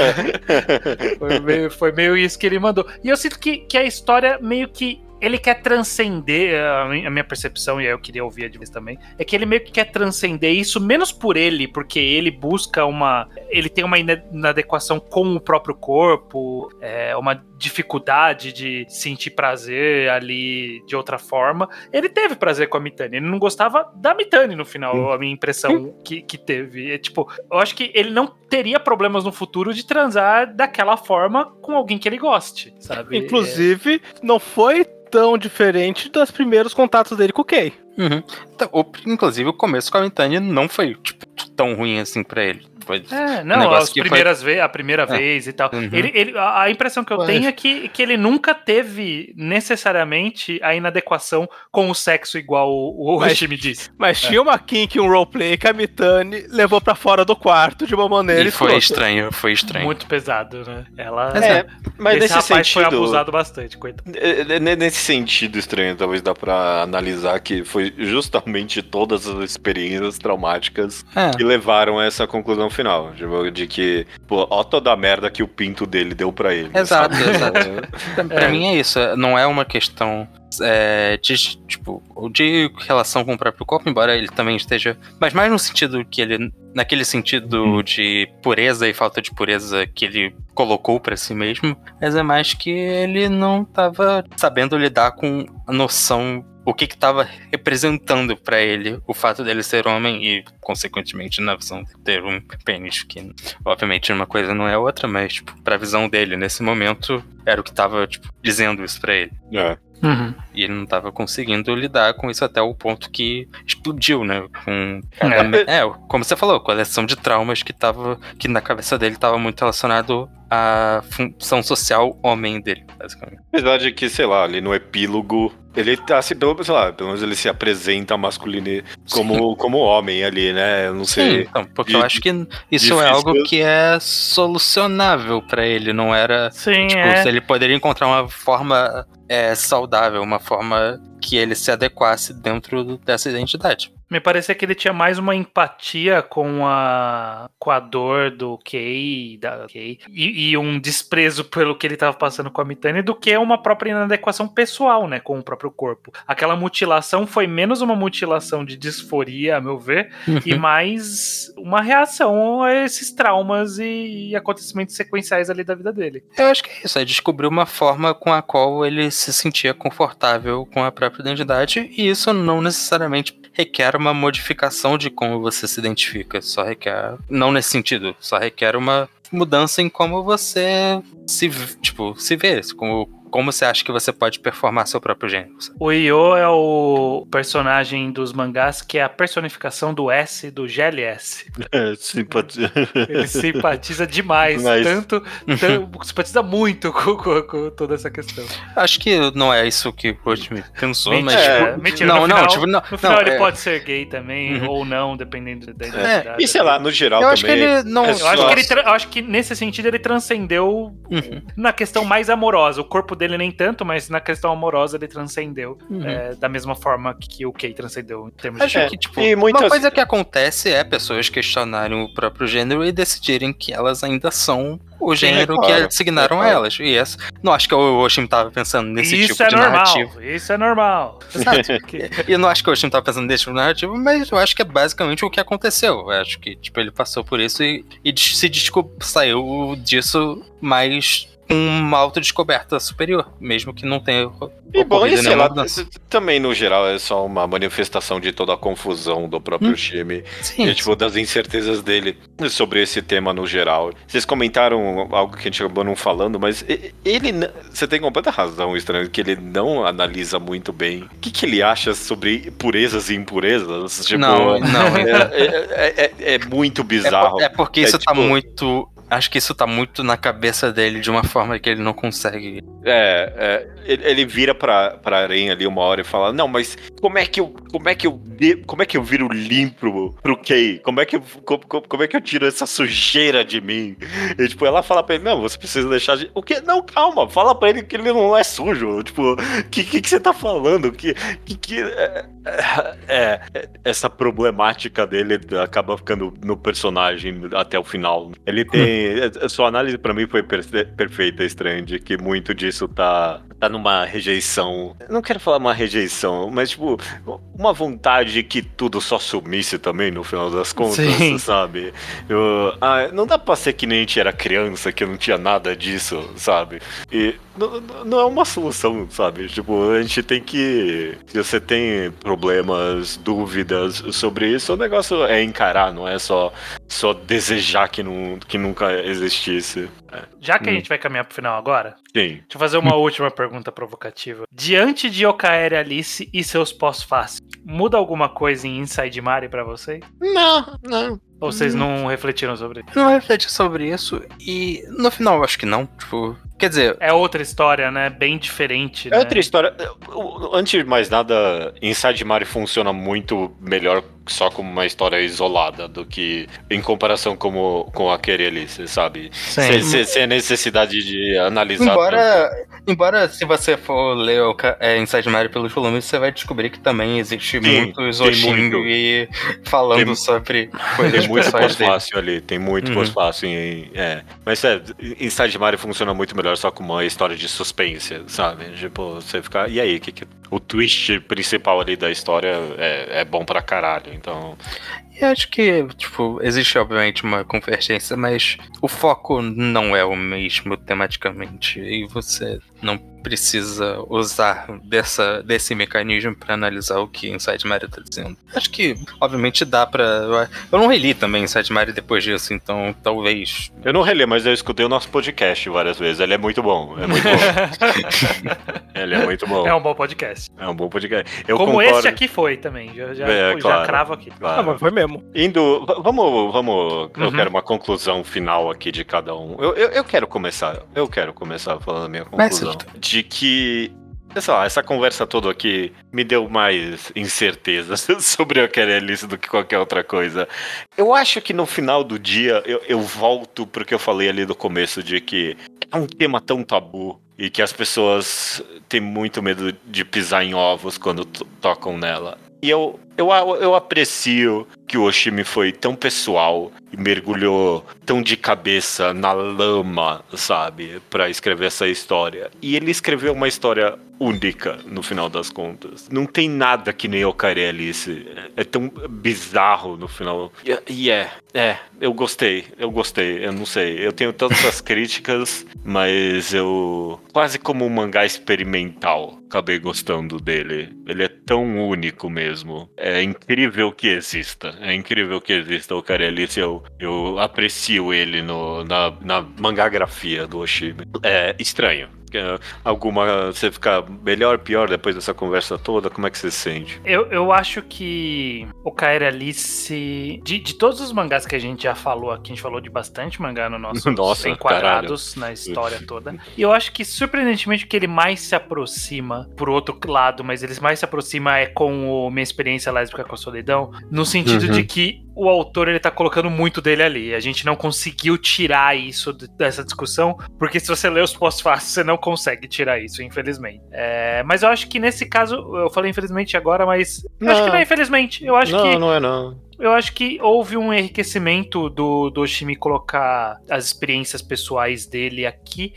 [SPEAKER 4] Foi meio, foi meio isso que ele mandou. E eu sinto que, que a história meio que ele quer transcender, a minha percepção, e aí eu queria ouvir a de vocês também, é que ele meio que quer transcender isso, menos por ele, porque ele busca uma... Ele tem uma inadequação com o próprio corpo, é, uma dificuldade de sentir prazer ali de outra forma. Ele teve prazer com a Mitani, ele não gostava da Mitani no final, a minha impressão que, que teve. É, tipo, eu acho que ele não teria problemas no futuro de transar daquela forma com alguém que ele goste, sabe?
[SPEAKER 2] Inclusive, é... não foi tão diferente dos primeiros contatos dele com o Kay.
[SPEAKER 3] Uhum. Então, o, inclusive, o começo com a Mitani não foi tipo, tão ruim assim pra ele. Foi
[SPEAKER 4] é, não,
[SPEAKER 3] um
[SPEAKER 4] as primeiras
[SPEAKER 3] foi...
[SPEAKER 4] ve- a primeira é. vez e tal. Uhum. Ele, ele, a, a impressão que eu Mas... tenho é que, que ele nunca teve necessariamente a inadequação com o sexo igual o, o Hoshimi disse.
[SPEAKER 2] Mas
[SPEAKER 4] é.
[SPEAKER 2] tinha uma kink, um roleplay que a Mitani levou pra fora do quarto de uma maneira
[SPEAKER 3] e foi estranho, foi estranho.
[SPEAKER 4] Muito pesado, né? Ela,
[SPEAKER 1] é, mas
[SPEAKER 4] esse
[SPEAKER 1] nesse
[SPEAKER 4] rapaz
[SPEAKER 1] sentido,
[SPEAKER 4] foi abusado bastante, coitado.
[SPEAKER 1] Nesse sentido estranho, talvez dá pra analisar que foi justamente todas as experiências traumáticas é. que levaram a essa conclusão final. De que, pô, ó toda a merda que o pinto dele deu pra ele.
[SPEAKER 3] Exato, sabe? exato. pra, pra é. mim é isso, não é uma questão é, de, tipo, de relação com o próprio corpo, embora ele também esteja, mas mais no sentido que ele, naquele sentido hum. de pureza e falta de pureza que ele colocou pra si mesmo, mas é mais que ele não tava sabendo lidar com a noção, o que que tava representando pra ele o fato dele ser homem e, consequentemente, na visão de ter um pênis, que obviamente uma coisa não é outra, mas, tipo, pra visão dele nesse momento, era o que tava, tipo, dizendo isso pra ele.
[SPEAKER 1] É.
[SPEAKER 4] Uhum.
[SPEAKER 3] E ele não tava conseguindo lidar com isso até o ponto que explodiu, né? Com é. é, como você falou, coleção de traumas que tava, que na cabeça dele tava muito relacionado à função social homem dele, basicamente.
[SPEAKER 1] A verdade é que, sei lá, ali no epílogo, ele tá se, pelo, sei lá, pelo menos ele se apresenta masculino como, como homem ali, né? Eu não sei.
[SPEAKER 3] Sim, então, porque de, eu acho que isso difícil. É algo que é solucionável pra ele, não era...
[SPEAKER 4] Sim,
[SPEAKER 3] tipo,
[SPEAKER 4] é.
[SPEAKER 3] ele poderia encontrar uma forma é, saudável, uma forma que ele se adequasse dentro dessa identidade.
[SPEAKER 4] Me parecia que ele tinha mais uma empatia com a, com a dor do Kay, da Kay e, e um desprezo pelo que ele estava passando com a Mitani do que uma própria inadequação pessoal, né, com o próprio corpo. Aquela mutilação foi menos uma mutilação de disforia, a meu ver, uhum. e mais uma reação a esses traumas e, e acontecimentos sequenciais ali da vida dele.
[SPEAKER 3] Eu acho que é isso, é descobrir uma forma com a qual ele se sentia confortável com a própria identidade, e isso não necessariamente requer uma modificação de como você se identifica, só requer, não nesse sentido, só requer uma mudança em como você se, tipo, se vê, como, como você acha que você pode performar seu próprio gênero.
[SPEAKER 4] O Io é o personagem dos mangás que é a personificação do S do G L S.
[SPEAKER 1] É, simpatiza.
[SPEAKER 4] Ele simpatiza demais, Mas... tanto, tanto simpatiza muito com, com, com toda essa questão.
[SPEAKER 3] Acho que não é isso que o me pensou,
[SPEAKER 4] mentira,
[SPEAKER 3] mas
[SPEAKER 4] é,
[SPEAKER 3] tipo,
[SPEAKER 4] mentira,
[SPEAKER 3] não,
[SPEAKER 4] no final,
[SPEAKER 3] não, tipo, não,
[SPEAKER 4] no final
[SPEAKER 3] não,
[SPEAKER 4] ele
[SPEAKER 3] é...
[SPEAKER 4] pode ser gay também, uhum. ou não, dependendo da identidade.
[SPEAKER 1] É, e sei lá, no geral
[SPEAKER 3] eu
[SPEAKER 1] também.
[SPEAKER 3] Acho que ele não,
[SPEAKER 1] é
[SPEAKER 4] eu, acho que ele tra- eu acho que nesse sentido ele transcendeu uhum. na questão mais amorosa. O corpo dele nem tanto, mas na questão amorosa ele transcendeu uhum. é, da mesma forma que o Kay transcendeu em termos
[SPEAKER 3] acho
[SPEAKER 4] de
[SPEAKER 3] é,
[SPEAKER 4] que,
[SPEAKER 3] tipo,
[SPEAKER 1] muitas...
[SPEAKER 3] uma coisa que acontece é pessoas questionarem o próprio gênero e decidirem que elas ainda são o gênero Sim, é claro, que assignaram é claro. a elas. E essa, não acho que o Oshimi tava pensando nesse
[SPEAKER 4] isso
[SPEAKER 3] tipo
[SPEAKER 4] é
[SPEAKER 3] de
[SPEAKER 4] normal,
[SPEAKER 3] narrativa.
[SPEAKER 4] Isso é normal.
[SPEAKER 3] E eu não acho que o Oshimi tava pensando nesse tipo de narrativa, mas eu acho que é basicamente o que aconteceu. Eu acho que tipo, ele passou por isso e, e se desculpa, saiu disso mais uma autodescoberta superior, mesmo que não tenha
[SPEAKER 1] E bom, e
[SPEAKER 3] ocorrido
[SPEAKER 1] sei
[SPEAKER 3] nenhuma
[SPEAKER 1] lá,
[SPEAKER 3] mudança.
[SPEAKER 1] também no geral é só uma manifestação de toda a confusão do próprio
[SPEAKER 3] Hum.
[SPEAKER 1] time.
[SPEAKER 3] Sim,
[SPEAKER 1] E, tipo, das incertezas dele sobre esse tema no geral. Vocês comentaram algo que a gente acabou não falando, mas e- ele, n- você tem completa razão, Estranho, que ele não analisa muito bem. O que, que ele acha sobre purezas e impurezas? Tipo,
[SPEAKER 3] não, não.
[SPEAKER 1] é, é- é- é- é muito
[SPEAKER 3] É,
[SPEAKER 1] bizarro.
[SPEAKER 3] por- é porque
[SPEAKER 1] É
[SPEAKER 3] isso tá
[SPEAKER 1] tipo-
[SPEAKER 3] muito. Acho que isso tá muito na cabeça dele de uma forma que ele não consegue.
[SPEAKER 1] É, é, ele, ele vira pra, pra aranha ali uma hora e fala, não, mas como é que eu, como é que eu, de- como é que eu viro limpo pro Kay? Como é que eu, como, como- como é que eu tiro essa sujeira de mim? E, tipo, ela fala pra ele, não, você precisa deixar de... O quê? Não, calma, fala pra ele que ele não é sujo. Tipo, o que, que, que você tá falando? Que, que, que é, é, é, essa problemática dele acaba ficando no personagem até o final. Ele tem... A sua análise pra mim foi perfe- perfeita, Strand, que muito disso tá, tá numa rejeição. Eu não quero falar uma rejeição, mas tipo, uma vontade que tudo só sumisse também no final das contas,
[SPEAKER 2] Sim.
[SPEAKER 1] sabe? Eu- ah, não dá pra ser que nem a gente era criança, que não tinha nada disso, sabe? E não, não é uma solução, sabe? Tipo, a gente tem que. Se você tem problemas, dúvidas sobre isso, o negócio é encarar, não é só, só desejar que, não, que nunca existisse. É.
[SPEAKER 4] Já que a
[SPEAKER 1] Hum.
[SPEAKER 4] gente vai caminhar pro final agora,
[SPEAKER 1] Sim.
[SPEAKER 4] deixa eu fazer uma última pergunta provocativa. Diante de Okaeri Alice e seus pós-fáceis, muda alguma coisa em Inside Mari pra vocês?
[SPEAKER 1] Não, não.
[SPEAKER 4] Ou vocês não refletiram sobre isso?
[SPEAKER 3] Não refleti sobre isso e no final eu acho que não. Tipo, quer dizer,
[SPEAKER 4] É outra história, né? Bem diferente,
[SPEAKER 1] É
[SPEAKER 4] né?
[SPEAKER 1] outra história. Antes de mais nada, Inside Mari funciona muito melhor só como uma história isolada do que em comparação como, com a Keri Alice, sabe?
[SPEAKER 4] Sim.
[SPEAKER 1] Sem, sem a necessidade de analisar. tanto.
[SPEAKER 3] embora, embora se você for ler o ca- é, Inside Mario pelos volumes, você vai descobrir que também existe
[SPEAKER 1] Tem-
[SPEAKER 3] muitos
[SPEAKER 1] tem
[SPEAKER 3] Oshin
[SPEAKER 1] muito.
[SPEAKER 3] e falando
[SPEAKER 1] Tem-
[SPEAKER 3] sobre coisas
[SPEAKER 1] Tem muito
[SPEAKER 3] pessoais dele.
[SPEAKER 1] pós-fácil ali, tem muito
[SPEAKER 3] Uhum.
[SPEAKER 1] pós-fácil em. É. Mas é, Inside Mario funciona muito melhor só como uma história de suspense, sabe? Tipo, você ficar. E aí, que, que... o twist principal ali da história é, é bom pra caralho, então.
[SPEAKER 3] E acho que, tipo, existe obviamente uma convergência, mas o foco não é o mesmo tematicamente. E você não precisa usar dessa, desse mecanismo pra analisar o que Inside Mario tá dizendo. Acho que, obviamente, dá pra. Eu não reli também Inside Mario depois disso, então talvez.
[SPEAKER 1] Eu não relei, mas eu escutei o nosso podcast várias vezes. Ele é muito bom. É muito bom. Ele é muito bom.
[SPEAKER 4] É um bom podcast.
[SPEAKER 1] É um bom podcast. Eu
[SPEAKER 4] Como
[SPEAKER 1] concordo.
[SPEAKER 4] este aqui foi também. Já, já,
[SPEAKER 1] É,
[SPEAKER 4] já
[SPEAKER 1] claro.
[SPEAKER 4] cravo aqui.
[SPEAKER 1] Claro.
[SPEAKER 2] Ah, mas foi mesmo.
[SPEAKER 1] Indo. v- Vamos. vamos Eu
[SPEAKER 4] Uhum.
[SPEAKER 1] quero uma conclusão final aqui de cada um. Eu, eu, eu quero começar. Eu quero começar falando a minha conclusão.
[SPEAKER 3] Mas-
[SPEAKER 1] De que. Sei lá, essa conversa toda aqui me deu mais incertezas sobre a Keri Alice do que qualquer outra coisa. Eu acho que no final do dia eu, eu volto pro que eu falei ali do começo, de que é um tema tão tabu e que as pessoas têm muito medo de pisar em ovos quando to- tocam nela. E eu, eu, eu aprecio que o Oshimi foi tão pessoal e mergulhou tão de cabeça na lama, sabe? Pra escrever essa história. E ele escreveu uma história única, no final das contas. Não tem nada que nem Okaeri Alice. É tão bizarro no final. E, e é, é, eu gostei, eu gostei, eu não sei. Eu tenho todas as críticas, mas eu... Quase como um mangá experimental, acabei gostando dele. Ele é tão único mesmo. É incrível que exista. É incrível que exista o Okaeri Alice. Eu, eu aprecio ele no, na, na mangagrafia do Oshimi. É estranho. É, alguma... Você fica melhor, pior depois dessa conversa toda? Como é que você se sente?
[SPEAKER 4] Eu, eu acho que o Kairi Alice, de, de todos os mangás que a gente já falou aqui, a gente falou de bastante mangá no nosso
[SPEAKER 1] Nossa,
[SPEAKER 4] enquadrados na história toda. E eu acho que, surpreendentemente, o que ele mais se aproxima, por outro lado, mas ele mais se aproxima é com o Minha Experiência Lésbica com a Solidão, no sentido
[SPEAKER 1] Uhum.
[SPEAKER 4] de que o autor ele tá colocando muito dele ali. A gente não conseguiu tirar isso de- dessa discussão, porque se você lê os pós-fáceis, você não consegue tirar isso, infelizmente. É, mas eu acho que nesse caso, eu falei infelizmente agora, mas eu acho
[SPEAKER 1] Não.
[SPEAKER 4] que não é infelizmente. Eu acho
[SPEAKER 1] não,
[SPEAKER 4] que
[SPEAKER 1] não é não.
[SPEAKER 4] eu acho que houve um enriquecimento do, do Oshimi colocar as experiências pessoais dele aqui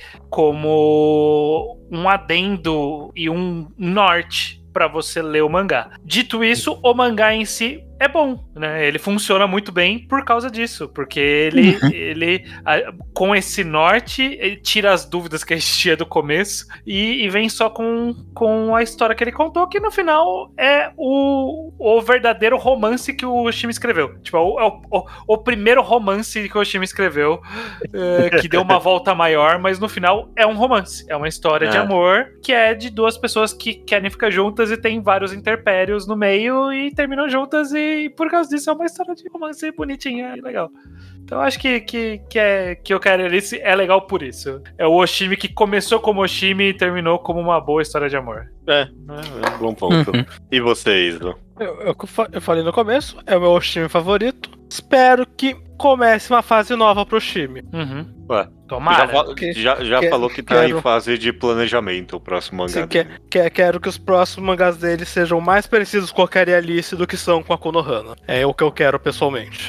[SPEAKER 4] como um adendo e um norte pra você ler o mangá. Dito isso, o mangá em si é bom, né? Ele funciona muito bem por causa disso, porque ele, uhum. ele a, com esse norte, ele tira as dúvidas que a gente tinha do começo e, e vem só com, com a história que ele contou, que no final é o, o verdadeiro romance que o Oshimi escreveu. Tipo, é o, o, o primeiro romance que o Oshimi escreveu, é, que deu uma volta maior, mas no final é um romance, é uma história é. de amor, que é de duas pessoas que querem ficar juntas e tem vários interpérios no meio e terminam juntas e por causa disso é uma história de romance bonitinha e legal. Então acho que, que, que, é, que o Kaerialice é legal por isso. É o Oshimi que começou como Oshimi e terminou como uma boa história de amor.
[SPEAKER 1] É, é um bom ponto. Uhum. E vocês, Isla?
[SPEAKER 2] Eu, eu, eu falei no começo, é o meu Oshimi favorito. Espero que comece uma fase nova pro Oshimi.
[SPEAKER 4] Uhum.
[SPEAKER 1] Ué,
[SPEAKER 4] tomara.
[SPEAKER 1] Já, já, já quero, falou que tá quero, em fase de planejamento o próximo mangá.
[SPEAKER 2] Sim, quer, quer, quero que os próximos mangás dele sejam mais parecidos com a Kaerialice do que são com a Konohana. É o que eu quero pessoalmente.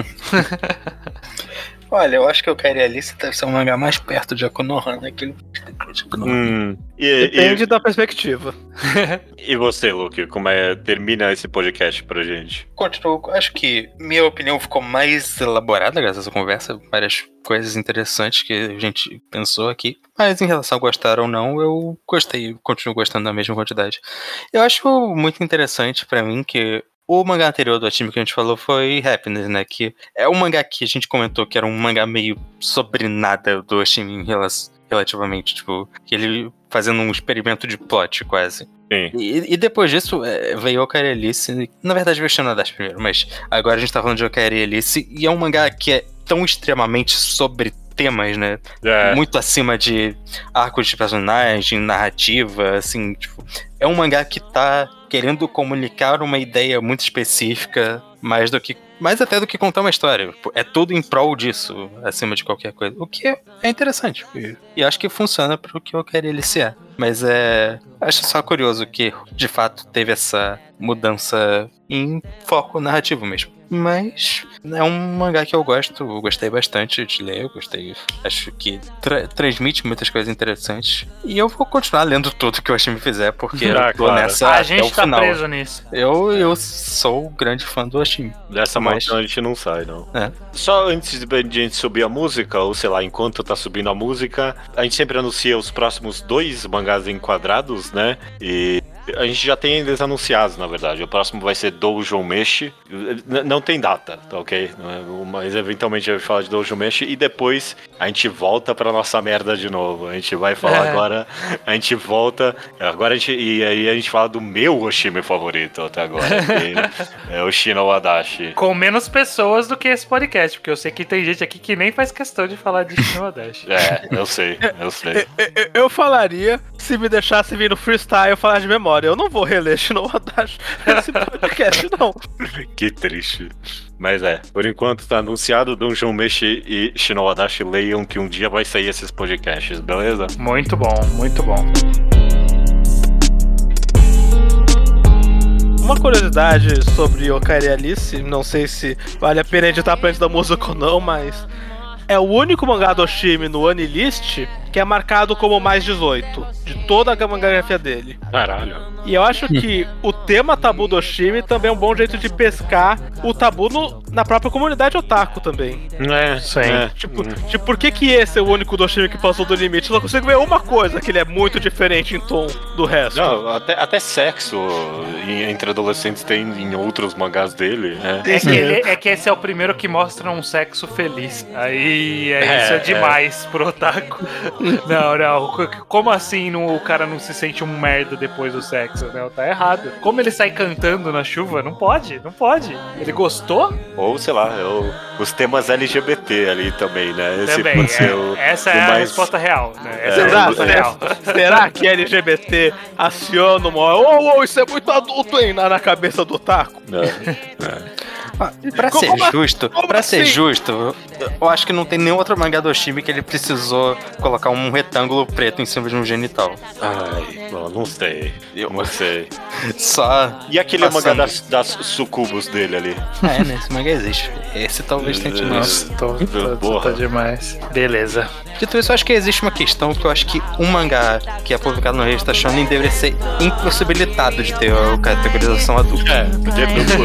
[SPEAKER 3] Olha, eu acho que o Kaerialice deve ser um mangá mais perto de Konohana que ele...
[SPEAKER 1] Hum,
[SPEAKER 2] e, Depende e... da perspectiva.
[SPEAKER 1] E você, Luke, como é termina esse podcast pra gente?
[SPEAKER 3] Continuo, acho que minha opinião ficou mais elaborada graças a essa conversa, várias coisas interessantes que a gente pensou aqui, mas em relação a gostar ou não, eu gostei, continuo gostando da mesma quantidade. Eu acho muito interessante pra mim que o mangá anterior do Oshimi que a gente falou foi Happiness, né? Que é um mangá que a gente comentou que era um mangá meio sobre nada do Oshimi em relação, relativamente, tipo, que ele fazendo um experimento de plot quase.
[SPEAKER 1] Sim.
[SPEAKER 3] E, e depois disso é, veio o Kaerialice, na verdade veio o Shinodashi primeiro, mas agora a gente tá falando de Kaerialice e é um mangá que é tão extremamente sobre temas, né? É. Muito acima de arcos de personagem, narrativa, assim, tipo, é um mangá que tá querendo comunicar uma ideia muito específica, mais do que mais até do que contar uma história. É tudo em prol disso, acima de qualquer coisa. O que é interessante. E acho que funciona pro que eu quero ele ser. Mas é... acho só curioso que, de fato, teve essa mudança em foco narrativo mesmo. Mas é um mangá que eu gosto, eu gostei bastante de ler, eu gostei, acho que tra- transmite muitas coisas interessantes. E eu vou continuar lendo tudo que o Oshimi fizer, porque ah, eu tô claro. nessa
[SPEAKER 4] a
[SPEAKER 3] até
[SPEAKER 4] gente
[SPEAKER 3] o
[SPEAKER 4] tá
[SPEAKER 3] final.
[SPEAKER 4] preso nisso.
[SPEAKER 3] Eu, eu sou grande fã do Oshimi.
[SPEAKER 1] Dessa mas... a gente não sai, não.
[SPEAKER 3] É.
[SPEAKER 1] Só antes de a gente subir a música, ou sei lá, enquanto tá subindo a música, a gente sempre anuncia os próximos dois mangás enquadrados, né? E a gente já tem eles anunciados, na verdade. O próximo vai ser Doujou Meshi. N- não tem data, tá ok? Mas eventualmente a gente vai falar de Doujou Meshi e depois a gente volta pra nossa merda de novo. A gente vai falar é. agora, a gente volta. Agora a gente, e aí a gente fala do meu Oshimi favorito até agora, que é o Shino Wadashi.
[SPEAKER 4] Com menos pessoas do que esse podcast, porque eu sei que tem gente aqui que nem faz questão de falar de Shino Wadashi.
[SPEAKER 1] É, eu sei, eu sei.
[SPEAKER 2] eu, eu, eu falaria, se me deixasse vir no freestyle, eu falar de memória. Eu não vou reler Shino Wadashi nesse podcast, não.
[SPEAKER 1] Que triste. Mas é, por enquanto tá anunciado Doujou Meshi e Shino Wadashi, leiam que um dia vai sair esses podcasts, beleza?
[SPEAKER 4] Muito bom, muito bom.
[SPEAKER 2] Uma curiosidade sobre o Kaerialice, não sei se vale a pena editar pra antes da música ou não, mas é o único mangá do Oshimi no Anilist que é marcado como mais dezoito, de toda a mangografia dele.
[SPEAKER 1] Caralho.
[SPEAKER 2] E eu acho que o tema tabu do Oshimi também é um bom jeito de pescar o tabu no, na própria comunidade otaku também.
[SPEAKER 1] É, sim. É.
[SPEAKER 2] Tipo, hum. tipo, por que que esse é o único do Oshimi que passou do limite? Eu só consigo ver uma coisa, que ele é muito diferente em tom do resto.
[SPEAKER 1] Não, até, até sexo em, entre adolescentes tem em outros mangás dele. É,
[SPEAKER 4] é, que, ele, é que esse é o primeiro que mostra um sexo feliz. Aí é, é, isso é demais é. pro otaku. Não, não. Como assim no, o cara não se sente um merda depois do sexo? Não, tá errado. Como ele sai cantando na chuva? Não pode, não pode. Ele gostou?
[SPEAKER 1] Ou, sei lá, eu, os temas L G B T ali também, né? Esse
[SPEAKER 4] também, é, o, essa o é mais... a resposta real, né? Essa é, é a resposta real.
[SPEAKER 2] Será que L G B T aciona uma... Oh, oh, isso é muito adulto, hein? Na, na cabeça do otaku.
[SPEAKER 1] É, é.
[SPEAKER 3] Pra como, ser como, justo, como pra assim? ser justo, eu acho que não tem nenhum outro mangá do Oshimi que ele precisou colocar um retângulo preto em cima de um genital.
[SPEAKER 1] Ai, não, não sei. Eu não sei.
[SPEAKER 3] Só.
[SPEAKER 1] E aquele passando. mangá das, das sucubus dele ali?
[SPEAKER 3] É, né? Esse mangá existe. Esse talvez tenha.
[SPEAKER 4] Nossa, tô, tô, tô, tô demais. Beleza.
[SPEAKER 3] Dito isso, eu acho que existe uma questão que eu acho que um mangá que é publicado no Revista Shonen deveria ser impossibilitado de ter a categorização adulta.
[SPEAKER 1] É, podia ter duplo.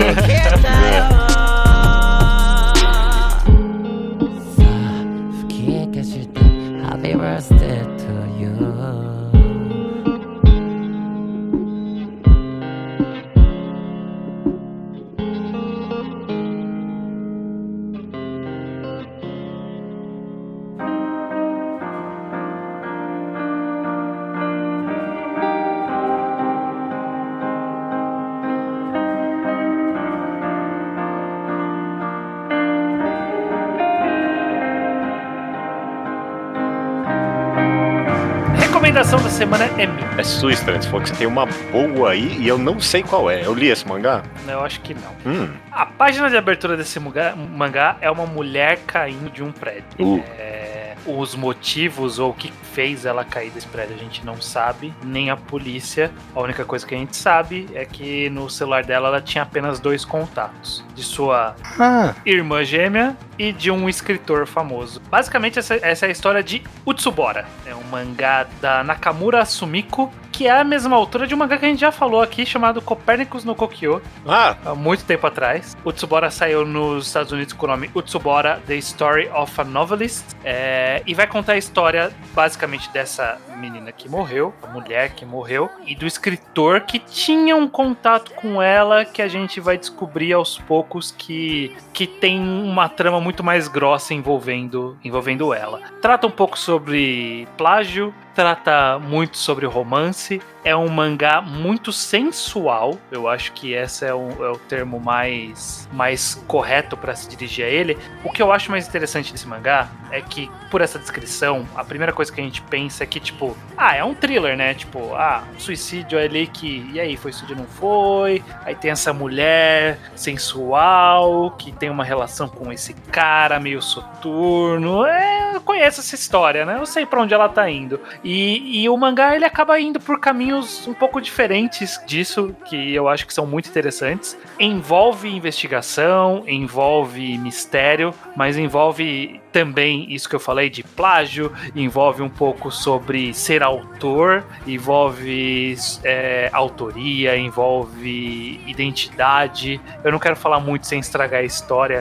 [SPEAKER 4] A recomendação da semana é minha.
[SPEAKER 1] É sua, Estranho. Você falou que você tem uma boa aí e eu não sei qual é. Eu li esse mangá?
[SPEAKER 4] Eu acho que não.
[SPEAKER 1] Hum.
[SPEAKER 4] A página de abertura desse mangá, mangá é uma mulher caindo de um prédio.
[SPEAKER 1] Uh.
[SPEAKER 4] É, os motivos ou o que fez ela cair desse prédio a gente não sabe, nem a polícia. A única coisa que a gente sabe é que no celular dela ela tinha apenas dois contatos. De sua
[SPEAKER 3] Ah.
[SPEAKER 4] irmã gêmea e de um escritor famoso. Basicamente, essa, essa é a história de Utsubora. É um mangá da Nakamura Sumiko, que é a mesma autora de um mangá que a gente já falou aqui, chamado Copernicus no Kokyo,
[SPEAKER 1] Ah,
[SPEAKER 4] há muito tempo atrás. Utsubora saiu nos Estados Unidos com o nome Utsubora, The Story of a Novelist, é, e vai contar a história, basicamente, dessa menina que morreu, a mulher que morreu, e do escritor que tinha um contato com ela, que a gente vai descobrir aos poucos que, que tem uma trama muito mais grossa envolvendo, envolvendo ela. Trata um pouco sobre plágio, trata muito sobre romance, é um mangá muito sensual, eu acho que esse é o, é o termo mais, mais correto para se dirigir a ele. O que eu acho mais interessante desse mangá é que, por essa descrição, a primeira coisa que a gente pensa é que, tipo, ah, é um thriller, né? Tipo, ah, suicídio ali que, e aí, foi suicídio ou não foi? Aí tem essa mulher sensual que tem uma relação com esse cara meio soturno. É, eu conheço essa história, né? Eu sei pra onde ela tá indo. E, e o mangá, ele acaba indo por caminhos um pouco diferentes disso, que eu acho que são muito interessantes. Envolve investigação, envolve mistério, mas envolve também isso que eu falei de plágio, envolve um pouco sobre ser autor, envolve é, autoria, envolve identidade. Eu não quero falar muito sem estragar a história,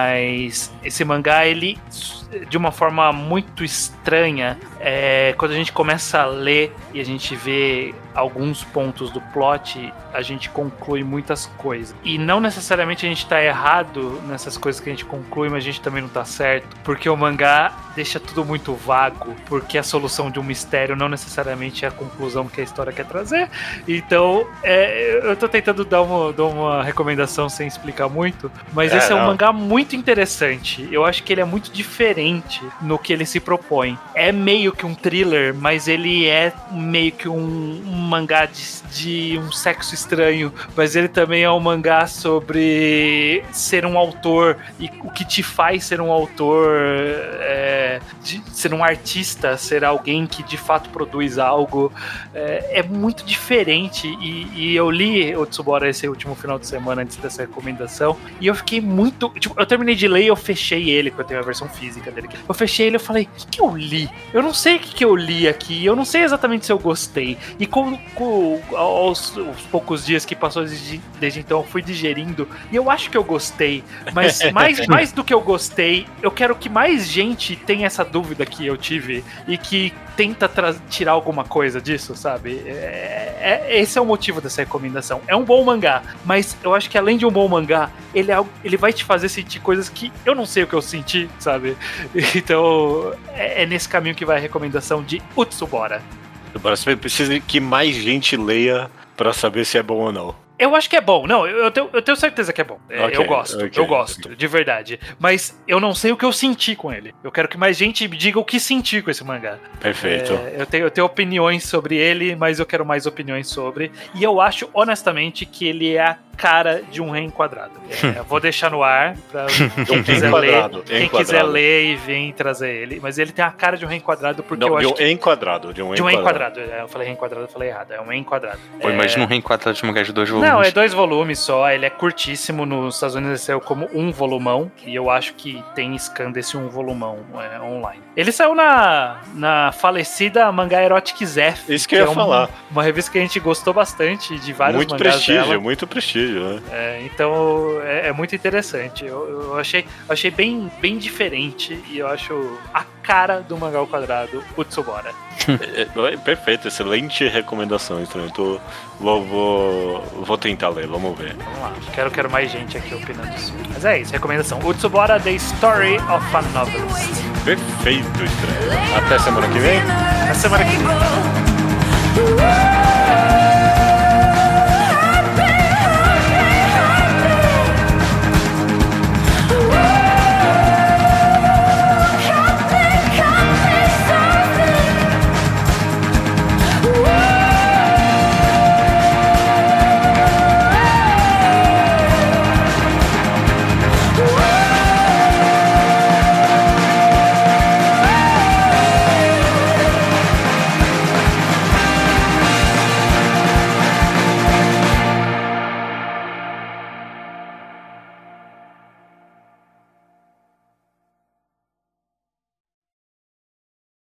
[SPEAKER 4] mas esse mangá, ele, de uma forma muito estranha, é, quando a gente começa a ler e a gente vê alguns pontos do plot, a gente conclui muitas coisas. E não necessariamente a gente tá errado nessas coisas que a gente conclui, mas a gente também não tá certo, porque o mangá deixa tudo muito vago, porque a solução de um mistério não necessariamente é a conclusão que a história quer trazer. Então, é, eu tô tentando dar uma, dar uma recomendação sem explicar muito, mas
[SPEAKER 1] é,
[SPEAKER 4] esse
[SPEAKER 1] não.
[SPEAKER 4] é um mangá muito interessante. Eu acho que ele é muito diferente no que ele se propõe. É meio que um thriller, mas ele é meio que um, um mangá de, de um sexo estranho, mas ele também é um mangá sobre ser um autor e o que te faz ser um autor, é, de ser um artista, ser alguém que de fato produz algo. É, é muito diferente e, e eu li o Utsubora esse último final de semana antes dessa recomendação e eu fiquei muito... Tipo, eu terminei de ler e eu fechei ele, porque eu tenho a versão física dele. Eu fechei ele e eu falei, o que, que eu li? Eu não sei o que, que eu li aqui, eu não sei exatamente se eu gostei. E com, com aos, aos poucos dias que passou desde, desde então, eu fui digerindo e eu acho que eu gostei, mas mais, mais do que eu gostei, eu quero que mais gente tenha essa dúvida que eu tive e que tenta tirar alguma coisa disso, sabe? É, é, esse é o motivo dessa recomendação. É um bom mangá, mas eu acho que além de um bom mangá, ele, é, ele vai te fazer sentir coisas que eu não sei o que eu senti, sabe? Então, é, é nesse caminho que vai a recomendação de Utsubora.
[SPEAKER 1] Você precisa que mais gente leia pra saber se é bom ou não.
[SPEAKER 4] Eu acho que é bom. Não, eu tenho, eu tenho certeza que é bom. É,
[SPEAKER 1] Okay,
[SPEAKER 4] eu gosto,
[SPEAKER 1] okay,
[SPEAKER 4] eu gosto,
[SPEAKER 1] okay.
[SPEAKER 4] de verdade. Mas eu não sei o que eu senti com ele. Eu quero que mais gente me diga o que senti com esse mangá.
[SPEAKER 1] Perfeito.
[SPEAKER 4] É, eu, tenho, eu tenho opiniões sobre ele, mas eu quero mais opiniões sobre. E eu acho, honestamente, que ele é a cara de um reenquadrado. É, eu vou deixar no ar pra quem
[SPEAKER 1] Um
[SPEAKER 4] quiser ler,
[SPEAKER 1] enquadrado,
[SPEAKER 4] quem
[SPEAKER 1] enquadrado.
[SPEAKER 4] quiser ler e vir trazer ele. Mas ele tem a cara de um reenquadrado porque
[SPEAKER 1] Não,
[SPEAKER 4] eu
[SPEAKER 1] de
[SPEAKER 4] acho
[SPEAKER 1] um
[SPEAKER 4] que...
[SPEAKER 1] enquadrado, de um
[SPEAKER 4] De um
[SPEAKER 1] enquadrado.
[SPEAKER 4] enquadrado. É, eu falei reenquadrado, eu falei errado. É um enquadrado.
[SPEAKER 3] Pô,
[SPEAKER 4] É...
[SPEAKER 3] imagina um reenquadrado de mangá de dois volumes.
[SPEAKER 4] Não, é dois volumes só. Ele é curtíssimo. Nos Estados Unidos ele saiu como um volumão. E eu acho que tem scan desse um volumão é, online. Ele saiu na, na falecida Mangá Erotic Zef.
[SPEAKER 1] Isso que eu ia
[SPEAKER 4] é um-
[SPEAKER 1] falar.
[SPEAKER 4] Uma revista que a gente gostou bastante de vários
[SPEAKER 1] Muito
[SPEAKER 4] mangás
[SPEAKER 1] prestígio,
[SPEAKER 4] dela.
[SPEAKER 1] muito prestígio, né?
[SPEAKER 4] É, então é, é muito interessante. Eu, eu achei, eu achei bem, bem diferente e eu acho a cara do mangá ao quadrado, o Tsubora.
[SPEAKER 1] É, é, perfeito, excelente recomendação. Então eu tô, vou, vou, vou tentar ler, vamos ver.
[SPEAKER 4] Vamos lá, quero, quero mais gente aqui opinando isso. Mas é isso, recomendação. O Tsubora, The Story of a Novelist.
[SPEAKER 1] Perfeito, estranho. Até semana que vem.
[SPEAKER 4] Na semana que vem.